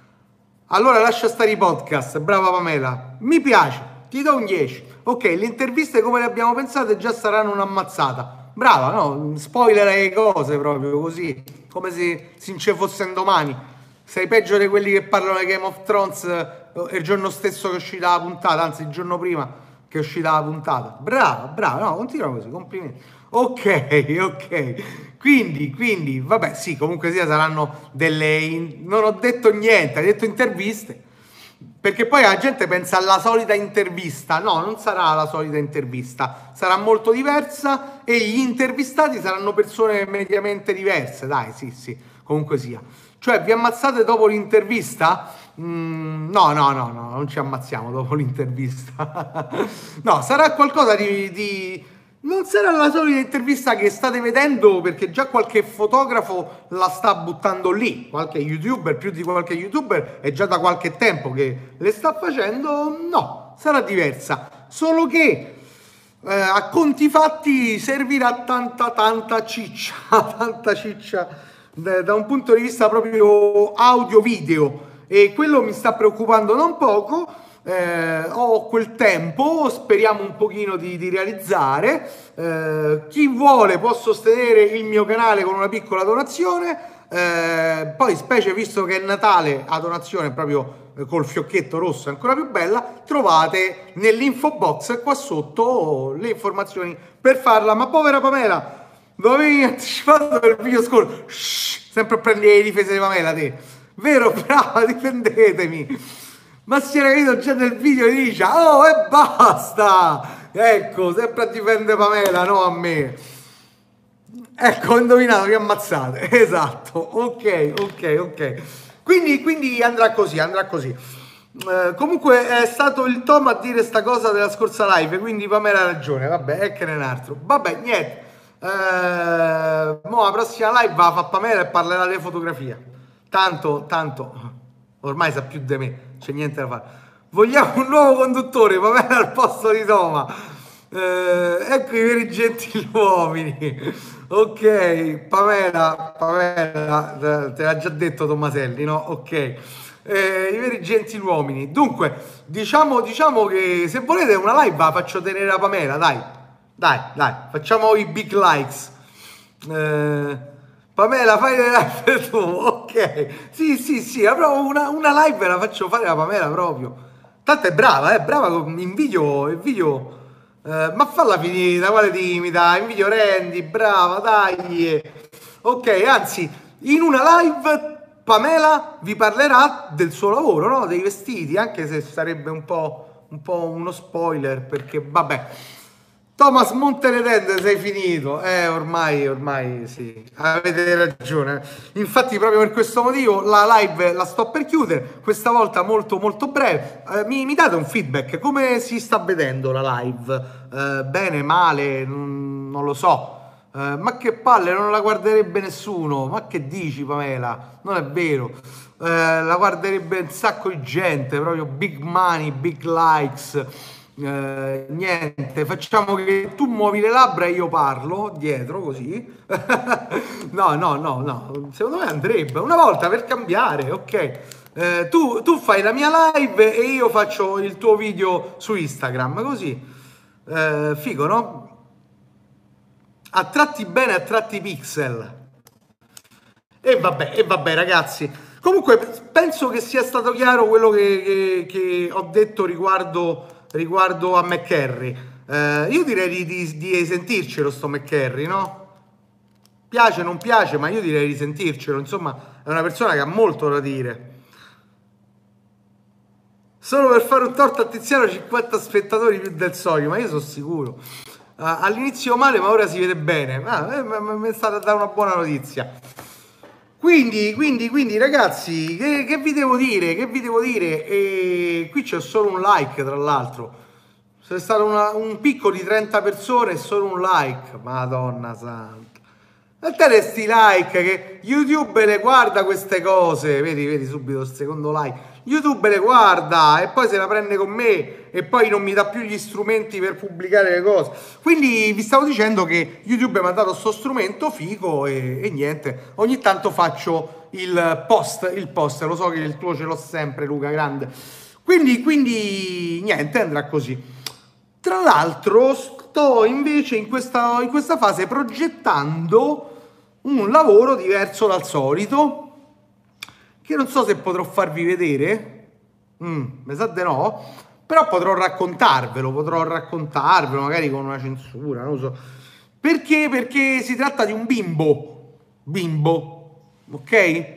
Allora lascia stare i podcast, brava Pamela. Mi piace, ti do un dieci. Ok, le interviste come le abbiamo pensate già saranno un'ammazzata. Brava, no? Spoiler le cose proprio così, come se, se non ci fosse un domani. Sei peggio di quelli che parlano di Game of Thrones eh, il giorno stesso che è uscita la puntata, anzi il giorno prima che è uscita la puntata. Brava, brava, no, continua così, complimenti. Ok, ok. Quindi, quindi, vabbè, sì, comunque sia saranno delle... in- Non ho detto niente, hai detto interviste. Perché poi la gente pensa alla solita intervista. No, non sarà la solita intervista. Sarà molto diversa e gli intervistati saranno persone mediamente diverse. Dai, sì, sì, comunque sia. Cioè, vi ammazzate dopo l'intervista? Mm, no, no, no, no, non ci ammazziamo dopo l'intervista. No, sarà qualcosa di, di- Non sarà la solita intervista che state vedendo perché già qualche fotografo la sta buttando lì, qualche youtuber, più di qualche youtuber, è già da qualche tempo che le sta facendo. No, sarà diversa. Solo che eh, a conti fatti servirà tanta tanta ciccia, tanta ciccia da da un punto di vista proprio audio-video e quello mi sta preoccupando non poco. Eh, ho quel tempo, speriamo un pochino di, di realizzare. Eh, chi vuole può sostenere il mio canale con una piccola donazione. Eh, poi, specie visto che è Natale, a donazione proprio eh, col fiocchetto rosso è ancora più bella. Trovate nell'info box qua sotto le informazioni per farla. Ma povera Pamela, dove avevi anticipato il video scorso? Shhh, sempre a prendere le difese di Pamela, te. Vero? Brava, difendetemi. Ma si era capito già nel video e dice, oh e basta! Ecco, sempre a difendere Pamela, no a me. Ecco, ho indovinato, vi ammazzate. Esatto, ok, ok, ok. Quindi, quindi andrà così, andrà così. Eh, comunque è stato il Tom a dire sta cosa della scorsa live, quindi Pamela ha ragione, vabbè, è che ne un altro. Vabbè, niente. Eh, mo la prossima live va a fa Pamela e parlerà di fotografia. Tanto, tanto, ormai sa più di me, c'è niente da fare. Vogliamo un nuovo conduttore, Pamela al posto di Toma. Eh, ecco i veri gentiluomini. Ok, Pamela, Pamela, te l'ha già detto Tommaselli, no? Ok. Eh, i veri gentiluomini. Dunque, diciamo, diciamo che se volete una live la faccio tenere a Pamela, dai. Dai, dai, facciamo i big likes. Eh, Pamela, fai le live tu, ok. Sì, sì, sì, avrò una, una live la faccio fare a Pamela proprio. Tanto è brava, è brava con- in video, in video. Eh, ma falla finita, quale timida, in video rendi, brava, dai. Ok, anzi, in una live Pamela vi parlerà del suo lavoro, no? Dei vestiti, anche se sarebbe un po', un po' uno spoiler, perché vabbè. Thomas Monteledende, sei finito. Eh, ormai, ormai sì, avete ragione. Infatti, proprio per questo motivo la live la sto per chiudere, questa volta molto molto breve. Eh, mi, mi date un feedback? Come si sta vedendo la live? Eh, bene, male? Non, non lo so. Eh, ma che palle, non la guarderebbe nessuno. Ma che dici, Pamela? Non è vero. Eh, la guarderebbe un sacco di gente, proprio big money, big likes. Eh, niente, facciamo che tu muovi le labbra e io parlo dietro così. No, no, no, no, secondo me andrebbe una volta per cambiare, ok. Eh, tu, tu fai la mia live e io faccio il tuo video su Instagram, così. Eh, figo, no? A tratti bene, a tratti pixel. E vabbè, e vabbè, ragazzi. Comunque, penso che sia stato chiaro quello che, che- che ho detto riguardo, riguardo a McCarry. Eh, io direi di, di, di sentircelo sto McCarry, no? Piace, non piace, ma io direi di sentircelo. Insomma, è una persona che ha molto da dire. Solo per fare un torto a Tiziano cinquanta spettatori più del solito, ma io sono sicuro. all'inizio male, ma ora si vede bene. Ah, mi è stata data una buona notizia. Quindi, quindi, quindi ragazzi, che, che vi devo dire? Che vi devo dire? E qui c'è solo un like, tra l'altro. C'è stato una, un picco di trenta persone e solo un like. Madonna santa. E te resti like che YouTube le guarda queste cose. Vedi, vedi subito il secondo like. YouTube le guarda e poi se la prende con me e poi non mi dà più gli strumenti per pubblicare le cose. Quindi vi stavo dicendo che YouTube mi ha dato sto strumento figo e, e niente. Ogni tanto faccio il post, il post, lo so che il tuo ce l'ho sempre, Luca, grande. Quindi, quindi niente, andrà così. Tra l'altro sto invece in questa, in questa fase progettando un lavoro diverso dal solito, che non so se potrò farvi vedere, mm, mi sa di no, però potrò raccontarvelo, potrò raccontarvelo magari con una censura, non lo so. Perché? Perché si tratta di un bimbo, bimbo, ok?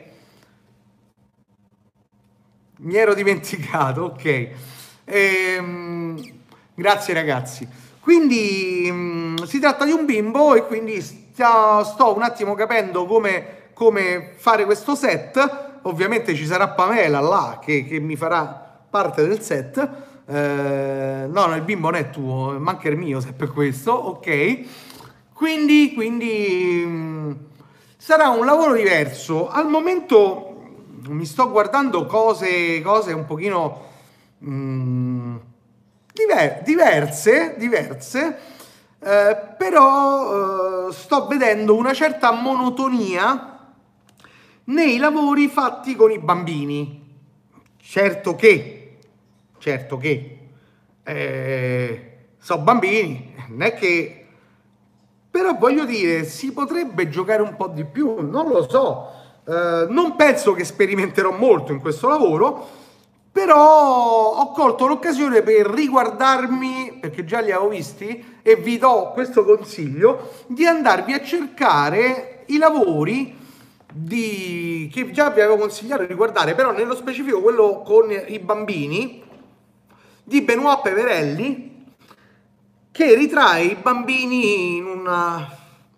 Mi ero dimenticato, ok. Ehm, grazie ragazzi. Quindi mh, si tratta di un bimbo e quindi sto, sto un attimo capendo come, come fare questo set. Ovviamente ci sarà Pamela là che, che mi farà parte del set. Eh, no, no, il bimbo non è tuo, manca il mio se è per questo, ok. Quindi, quindi mh, sarà un lavoro diverso. Al momento mi sto guardando cose, cose un pochino mh, diver- diverse, diverse, eh, però eh, sto vedendo una certa monotonia nei lavori fatti con i bambini. Certo che, certo che, eh, so bambini, non è che, però voglio dire, si potrebbe giocare un po' di più, non lo so. Uh, non penso che sperimenterò molto in questo lavoro, però ho colto l'occasione per riguardarmi, perché già li avevo visti, e vi do questo consiglio di andarvi a cercare i lavori di, che già vi avevo consigliato di guardare, però nello specifico quello con i bambini, di Benoît Peverelli, che ritrae i bambini in una...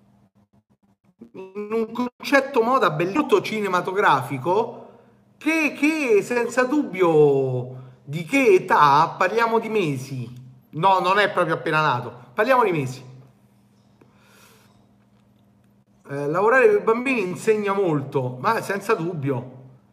in un concetto moda bellissimo cinematografico che, che senza dubbio di che età parliamo di mesi, no, non è proprio appena nato, parliamo di mesi. Eh, lavorare con i bambini insegna molto, ma senza dubbio.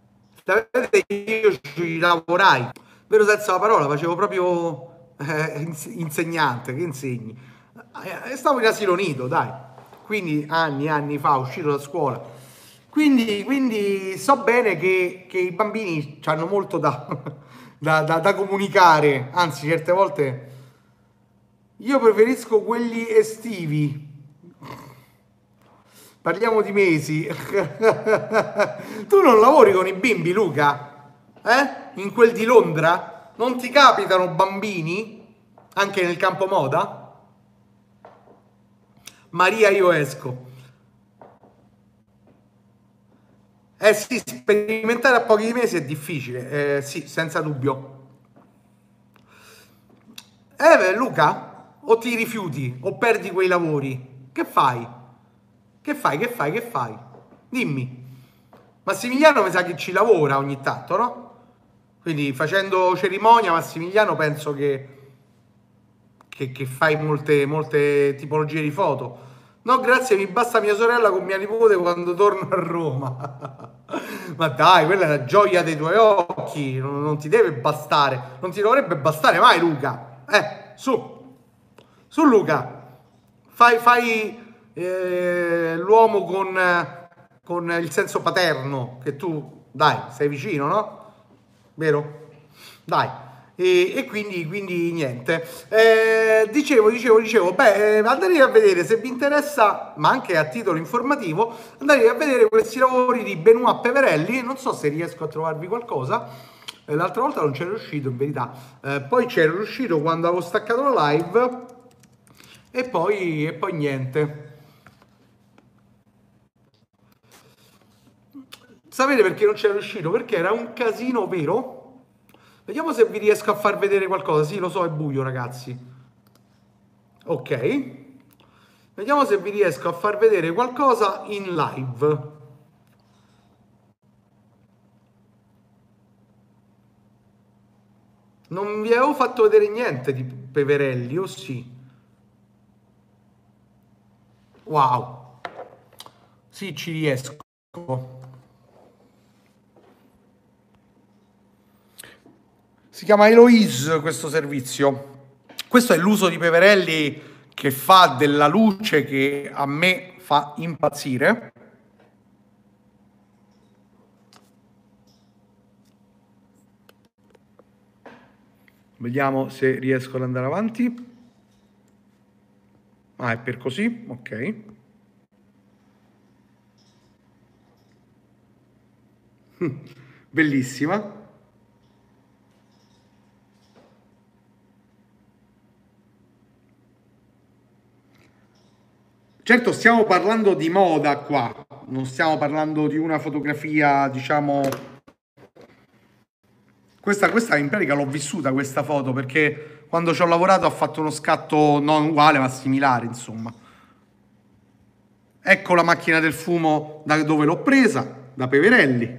Io ci lavorai, vero senza la parola, facevo proprio eh, insegnante, che insegni. Eh, stavo in asilo nido, dai. Quindi anni e anni fa, uscito da scuola. Quindi, quindi so bene che, che i bambini hanno molto da, da, da, da comunicare, anzi certe volte io preferisco quelli estivi. Parliamo di mesi. Tu non lavori con i bimbi, Luca? Eh? In quel di Londra? Non ti capitano bambini? Anche nel campo moda? Maria, io esco. Eh sì, sperimentare a pochi mesi è difficile, eh, sì, senza dubbio. Eh, Luca, o ti rifiuti, o perdi quei lavori, che fai? Che fai, che fai, che fai? Dimmi. Massimiliano mi sa che ci lavora ogni tanto, no? Quindi facendo cerimonia, Massimiliano penso che, che, che fai molte, molte tipologie di foto. No, grazie, mi basta mia sorella con mia nipote quando torno a Roma. Ma dai, quella è la gioia dei tuoi occhi, non, non ti deve bastare, non ti dovrebbe bastare mai, Luca. Eh, su, su Luca, fai, fai eh, l'uomo con, con il senso paterno, che tu, dai, sei vicino, no? Vero? Dai. E, e quindi, quindi niente, eh, dicevo, dicevo, dicevo, beh, andate a vedere se vi interessa, ma anche a titolo informativo, andate a vedere questi lavori di Benoît Peverelli. Non so se riesco a trovarvi qualcosa, eh, l'altra volta non c'ero riuscito in verità, eh, poi c'ero riuscito quando avevo staccato la live e poi, e poi niente. Sapete perché non c'ero riuscito? Perché era un casino vero. Vediamo se vi riesco a far vedere qualcosa. Sì, lo so, è buio, ragazzi. Ok. Vediamo se vi riesco a far vedere qualcosa in live. Non vi avevo fatto vedere niente di Peverelli, o sì? Wow. Sì, ci riesco. Si chiama Eloise questo servizio. Questo è l'uso di Peverelli che fa della luce che a me fa impazzire. Vediamo se riesco ad andare avanti. Ah, è per così? Ok. Bellissima. Certo, stiamo parlando di moda qua, non stiamo parlando di una fotografia, diciamo... Questa, questa in pratica l'ho vissuta questa foto, perché quando ci ho lavorato ho fatto uno scatto non uguale ma similare, insomma. Ecco la macchina del fumo da dove l'ho presa, da Peverelli.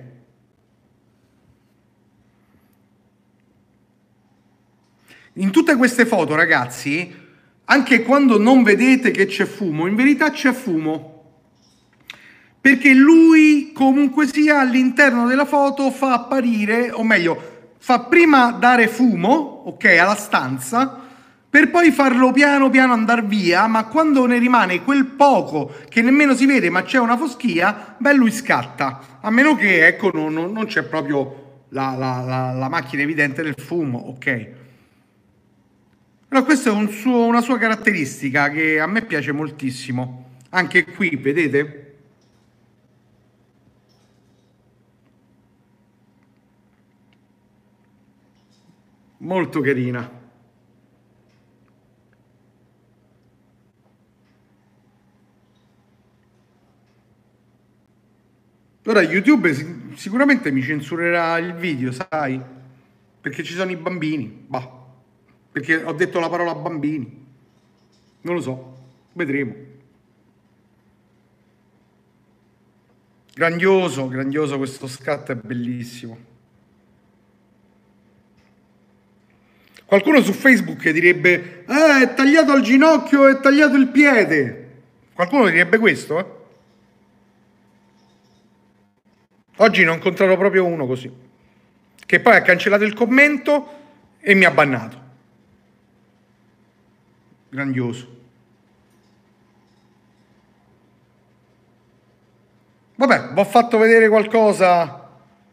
In tutte queste foto, ragazzi, anche quando non vedete che c'è fumo, in verità c'è fumo. Perché lui, comunque sia, all'interno della foto fa apparire, o meglio, fa prima dare fumo, ok, alla stanza, per poi farlo piano piano andare via, ma quando ne rimane quel poco che nemmeno si vede, ma c'è una foschia, beh, lui scatta. A meno che, ecco, non, non c'è proprio la, la, la, la macchina evidente del fumo, ok. Però questa è un suo, una sua caratteristica che a me piace moltissimo. Anche qui, vedete? Molto carina. Ora YouTube sicuramente mi censurerà il video, sai? Perché ci sono i bambini. Bah. Perché ho detto la parola bambini. Non lo so. Vedremo. Grandioso, grandioso questo scatto, è bellissimo. Qualcuno su Facebook direbbe eh, è tagliato al ginocchio, è tagliato il piede. Qualcuno direbbe questo, eh? Oggi ne ho incontrato proprio uno così, che poi ha cancellato il commento e mi ha bannato. Grandioso. Vabbè, vi ho fatto vedere qualcosa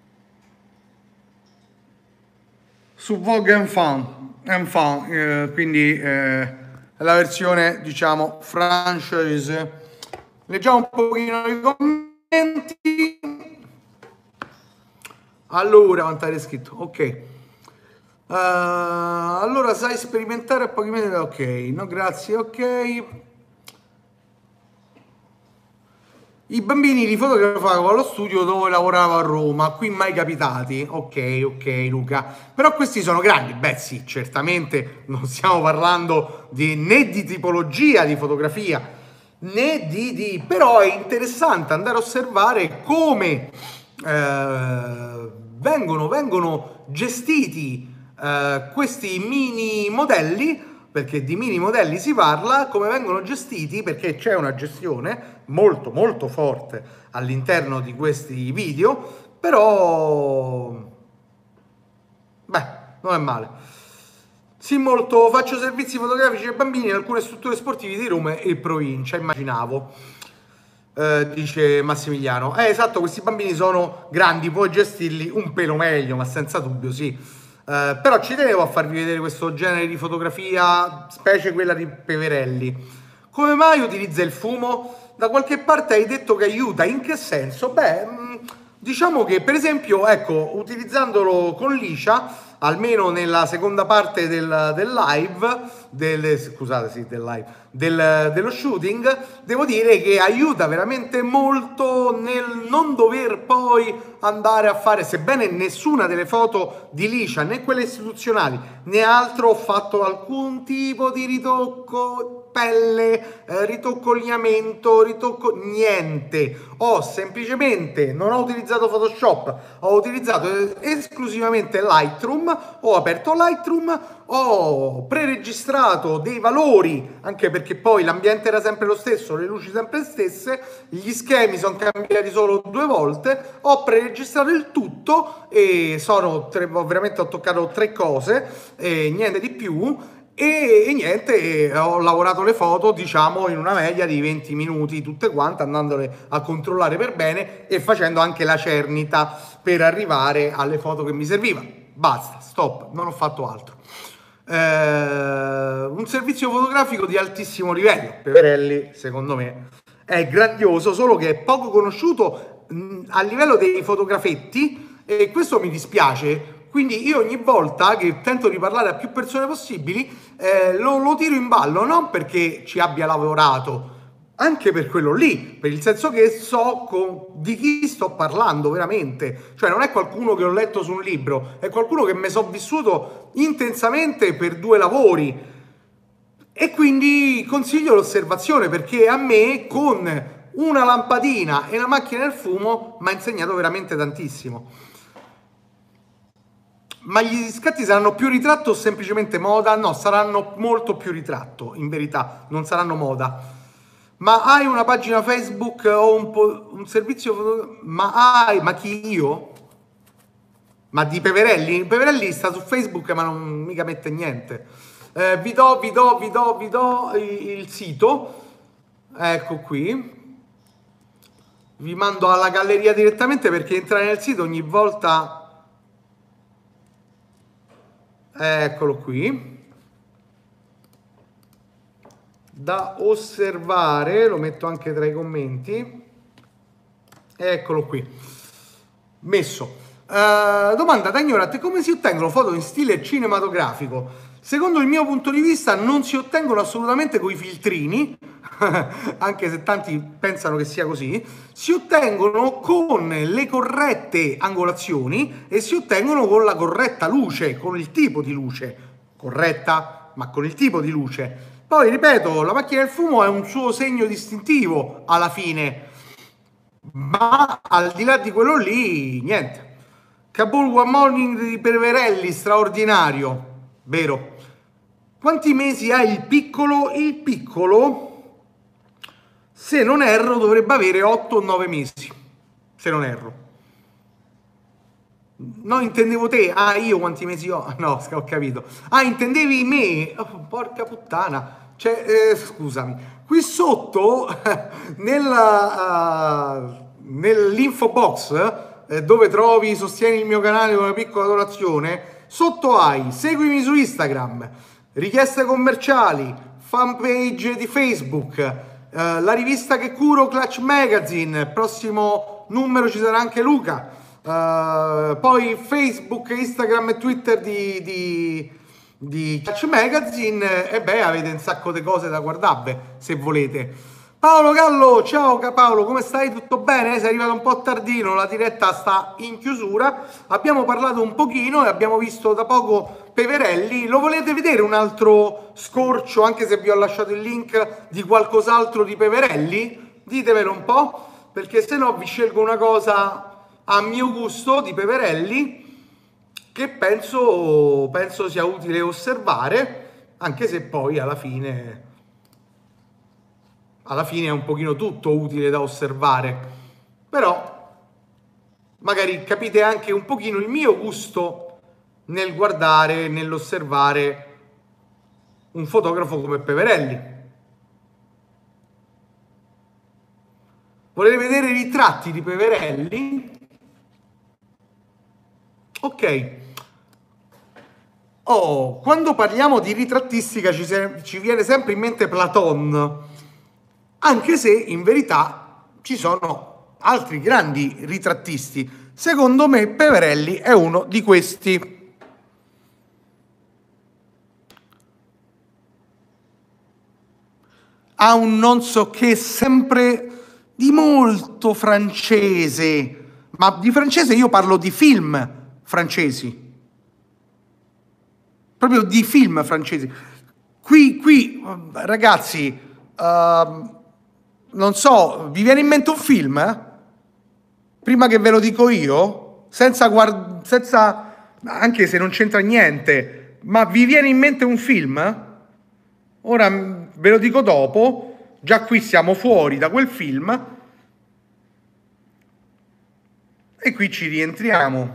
su Vogue Enfant, Enfant eh, quindi eh, la versione, diciamo, francese. Leggiamo un pochino i commenti. Allora, vantare scritto, ok. Uh, allora, sai sperimentare a pochi metri, ok. No, grazie, ok. I bambini li fotografavo allo studio dove lavoravo a Roma, qui mai capitati. Ok, ok, Luca. Però questi sono grandi. Beh, sì, certamente non stiamo parlando di, né di tipologia di fotografia, né di, di... Però è interessante andare a osservare come eh, vengono, vengono gestiti eh, questi mini modelli, perché di mini modelli si parla, come vengono gestiti, perché c'è una gestione molto molto forte all'interno di questi video, però beh, non è male. Sì, molto, faccio servizi fotografici ai bambini in alcune strutture sportive di Roma e provincia, immaginavo, eh, dice Massimiliano. Eh, esatto, questi bambini sono grandi, puoi gestirli un pelo meglio, ma senza dubbio, sì. Uh, però ci tenevo a farvi vedere questo genere di fotografia, specie quella di Peverelli. Come mai utilizza il fumo? Da qualche parte hai detto che aiuta, in che senso? Beh, mh, diciamo che per esempio, ecco, utilizzandolo con liscia, almeno nella seconda parte del, del live, del, scusate, sì, del live, del, dello shooting, devo dire che aiuta veramente molto nel non dover poi andare a fare, sebbene nessuna delle foto di Licia, né quelle istituzionali, né altro, ho fatto alcun tipo di ritocco pelle, eh, ritocco lineamento, ritocco niente. Ho semplicemente, non ho utilizzato Photoshop, ho utilizzato esclusivamente Lightroom, ho aperto Lightroom, ho preregistrato dei valori, anche perché poi l'ambiente era sempre lo stesso, le luci sempre le stesse, gli schemi sono cambiati solo due volte, ho preregistrato il tutto e sono tre, veramente ho toccato tre cose e niente di più. E, e niente, ho lavorato le foto diciamo in una media di venti minuti tutte quante, andandole a controllare per bene e facendo anche la cernita per arrivare alle foto che mi serviva. Basta, stop, non ho fatto altro. Eh, un servizio fotografico di altissimo livello. Peverelli secondo me è grandioso, solo che è poco conosciuto mh, a livello dei fotografetti, e questo mi dispiace. Quindi io ogni volta che tento di parlare a più persone possibili eh, lo, lo tiro in ballo, non perché ci abbia lavorato, anche per quello lì, per il senso che so con, di chi sto parlando veramente. Cioè non è qualcuno che ho letto su un libro, è qualcuno che mi sono vissuto intensamente per due lavori. E quindi consiglio l'osservazione, perché a me con una lampadina e una macchina del fumo mi ha insegnato veramente tantissimo. Ma gli scatti saranno più ritratto o semplicemente moda? No, saranno molto più ritratto, in verità, non saranno moda. Ma hai una pagina Facebook o un, po- un servizio? Ma hai, ma chi io? Ma di Peverelli? Peverelli sta su Facebook ma non mica mette niente. Eh, vi do, vi do, vi do, vi do il, il sito. Ecco qui. Vi mando alla galleria direttamente, perché entrare nel sito ogni volta... Eccolo qui, da osservare, lo metto anche tra i commenti, eccolo qui, messo. Uh, domanda da ignorante: come si ottengono foto in stile cinematografico? Secondo il mio punto di vista non si ottengono assolutamente con i filtrini, anche se tanti pensano che sia così. Si ottengono con le corrette angolazioni e si ottengono con la corretta luce, con il tipo di luce corretta, ma con il tipo di luce. Poi ripeto, la macchina del fumo è un suo segno distintivo alla fine, ma al di là di quello lì niente. Kabul One Morning di Peverelli, straordinario, vero. Quanti mesi ha il piccolo? Il piccolo, se non erro, dovrebbe avere otto o nove mesi, se non erro. No, intendevo te. Ah, io quanti mesi ho? No, ho capito. Ah, intendevi me? Oh, porca puttana. Cioè, eh, scusami. Qui sotto, nella, uh, nell'info box, eh, dove trovi sostieni il mio canale con una piccola donazione, sotto hai seguimi su Instagram, richieste commerciali, fanpage di Facebook, eh, la rivista che curo, Clutch Magazine, prossimo numero ci sarà anche Luca, eh, poi Facebook, Instagram e Twitter di, di, di Clutch Magazine, e beh, avete un sacco di cose da guardare se volete. Paolo Gallo, ciao Paolo, come stai? Tutto bene? Sei arrivato un po' tardino, la diretta sta in chiusura, abbiamo parlato un pochino e abbiamo visto da poco Peverelli. Lo volete vedere un altro scorcio, anche se vi ho lasciato il link di qualcos'altro di Peverelli? Ditemelo un po', perché se no vi scelgo una cosa a mio gusto di Peverelli che penso, penso sia utile osservare, anche se poi alla fine... alla fine è un pochino tutto utile da osservare, però magari capite anche un pochino il mio gusto nel guardare, nell'osservare un fotografo come Peverelli. Volete vedere i ritratti di Peverelli? Ok. Oh, quando parliamo di ritrattistica ci, se- ci viene sempre in mente Platon, anche se in verità ci sono altri grandi ritrattisti. Secondo me Peverelli è uno di questi. ha un non so che sempre di molto francese, ma di francese io parlo di film francesi, proprio di film francesi. Qui, qui ragazzi, uh, non so, vi viene in mente un film? Eh? Prima che ve lo dico io, senza guard- senza, anche se non c'entra niente, ma vi viene in mente un film? Ora ve lo dico dopo, già qui siamo fuori da quel film e qui ci rientriamo.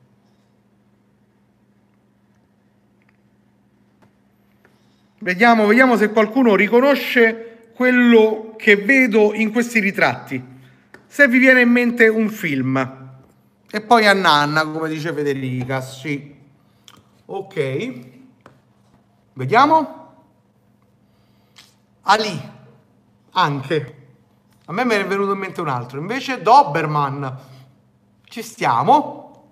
Vediamo, vediamo se qualcuno riconosce quello che vedo in questi ritratti. Se vi viene in mente un film. E poi a nanna, come dice Federica, sì. Ok. Vediamo. Ali, anche. A me me ne è venuto in mente un altro. Invece Doberman. Ci stiamo.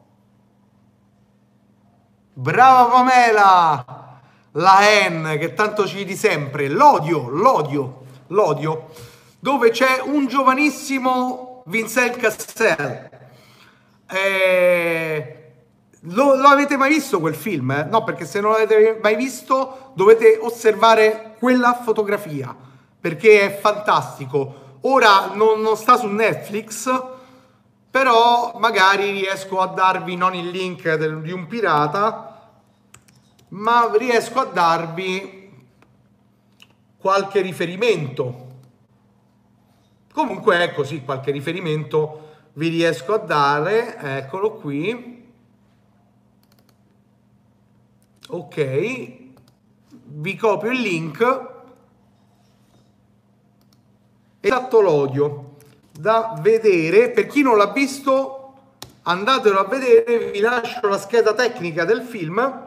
Brava Pamela. La N, che tanto ci di sempre. L'odio, l'odio, l'odio. Dove c'è un giovanissimo Vincent Cassel. Eh, lo, lo avete mai visto quel film? Eh? No, perché se non l'avete mai visto dovete osservare quella fotografia, perché è fantastico. Ora non, non sta su Netflix, però magari riesco a darvi non il link del, di un pirata, ma riesco a darvi qualche riferimento. Comunque è così, qualche riferimento vi riesco a dare, eccolo qui. Ok, vi copio il link. Esatto, l'odio da vedere. Per chi non l'ha visto, andatelo a vedere, vi lascio la scheda tecnica del film.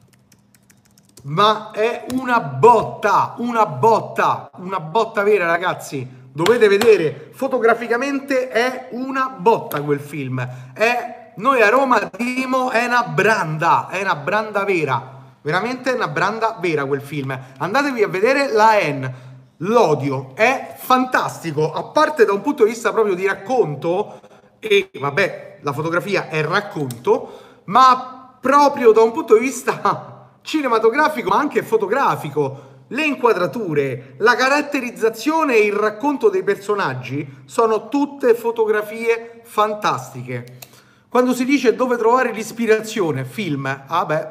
Ma è una botta, una botta, una botta vera, ragazzi. Dovete vedere, fotograficamente è una botta quel film. È, noi a Roma dimo, è una branda, è una branda vera. Veramente una branda vera quel film. Andatevi a vedere La N. L'odio è fantastico, a parte da un punto di vista proprio di racconto, e vabbè, la fotografia è racconto, ma proprio da un punto di vista cinematografico ma anche fotografico. Le inquadrature, la caratterizzazione e il racconto dei personaggi sono tutte fotografie fantastiche. Quando si dice dove trovare l'ispirazione, film, ah beh,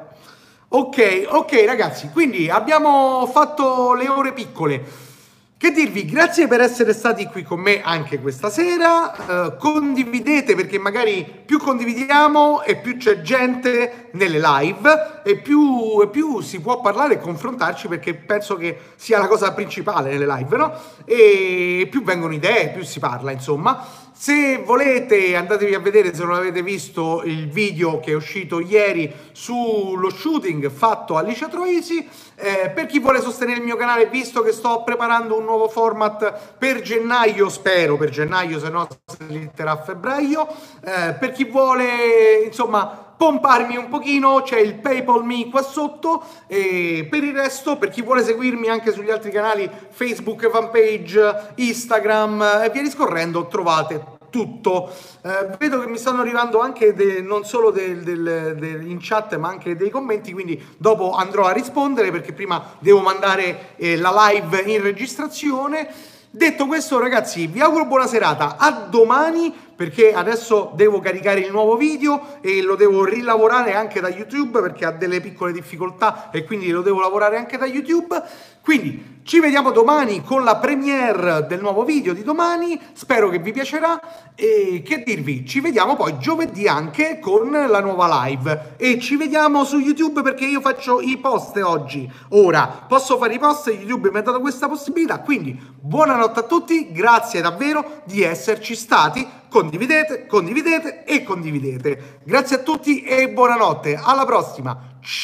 ok, ok ragazzi, quindi abbiamo fatto le ore piccole. Che dirvi, grazie per essere stati qui con me anche questa sera, uh, condividete, perché magari più condividiamo e più c'è gente nelle live e più, e più si può parlare e confrontarci, perché penso che sia la cosa principale nelle live, no? E più vengono idee, più si parla, insomma. Se volete andatevi a vedere, se non avete visto, il video che è uscito ieri sullo shooting fatto a Licia Troisi. Eh, per chi vuole sostenere il mio canale, visto che sto preparando un nuovo format per gennaio, spero per gennaio, se no saliterà a febbraio, eh, per chi vuole insomma pomparmi un pochino c'è il PayPal Me qua sotto, e per il resto, per chi vuole seguirmi anche sugli altri canali Facebook, fanpage, Instagram e via discorrendo, trovate tutto. Eh, vedo che mi stanno arrivando anche de, non solo del, del, del, in chat ma anche dei commenti, quindi dopo andrò a rispondere, perché prima devo mandare eh, la live in registrazione. Detto questo ragazzi, vi auguro buona serata, a domani, perché adesso devo caricare il nuovo video e lo devo rilavorare anche da YouTube, perché ha delle piccole difficoltà e quindi lo devo lavorare anche da YouTube. Quindi ci vediamo domani con la premiere del nuovo video di domani, spero che vi piacerà, e che dirvi, ci vediamo poi giovedì anche con la nuova live, e ci vediamo su YouTube, perché io faccio i post oggi. Ora posso fare i post, YouTube mi ha dato questa possibilità, quindi buonanotte a tutti, grazie davvero di esserci stati, condividete, condividete e condividete. Grazie a tutti e buonanotte, alla prossima.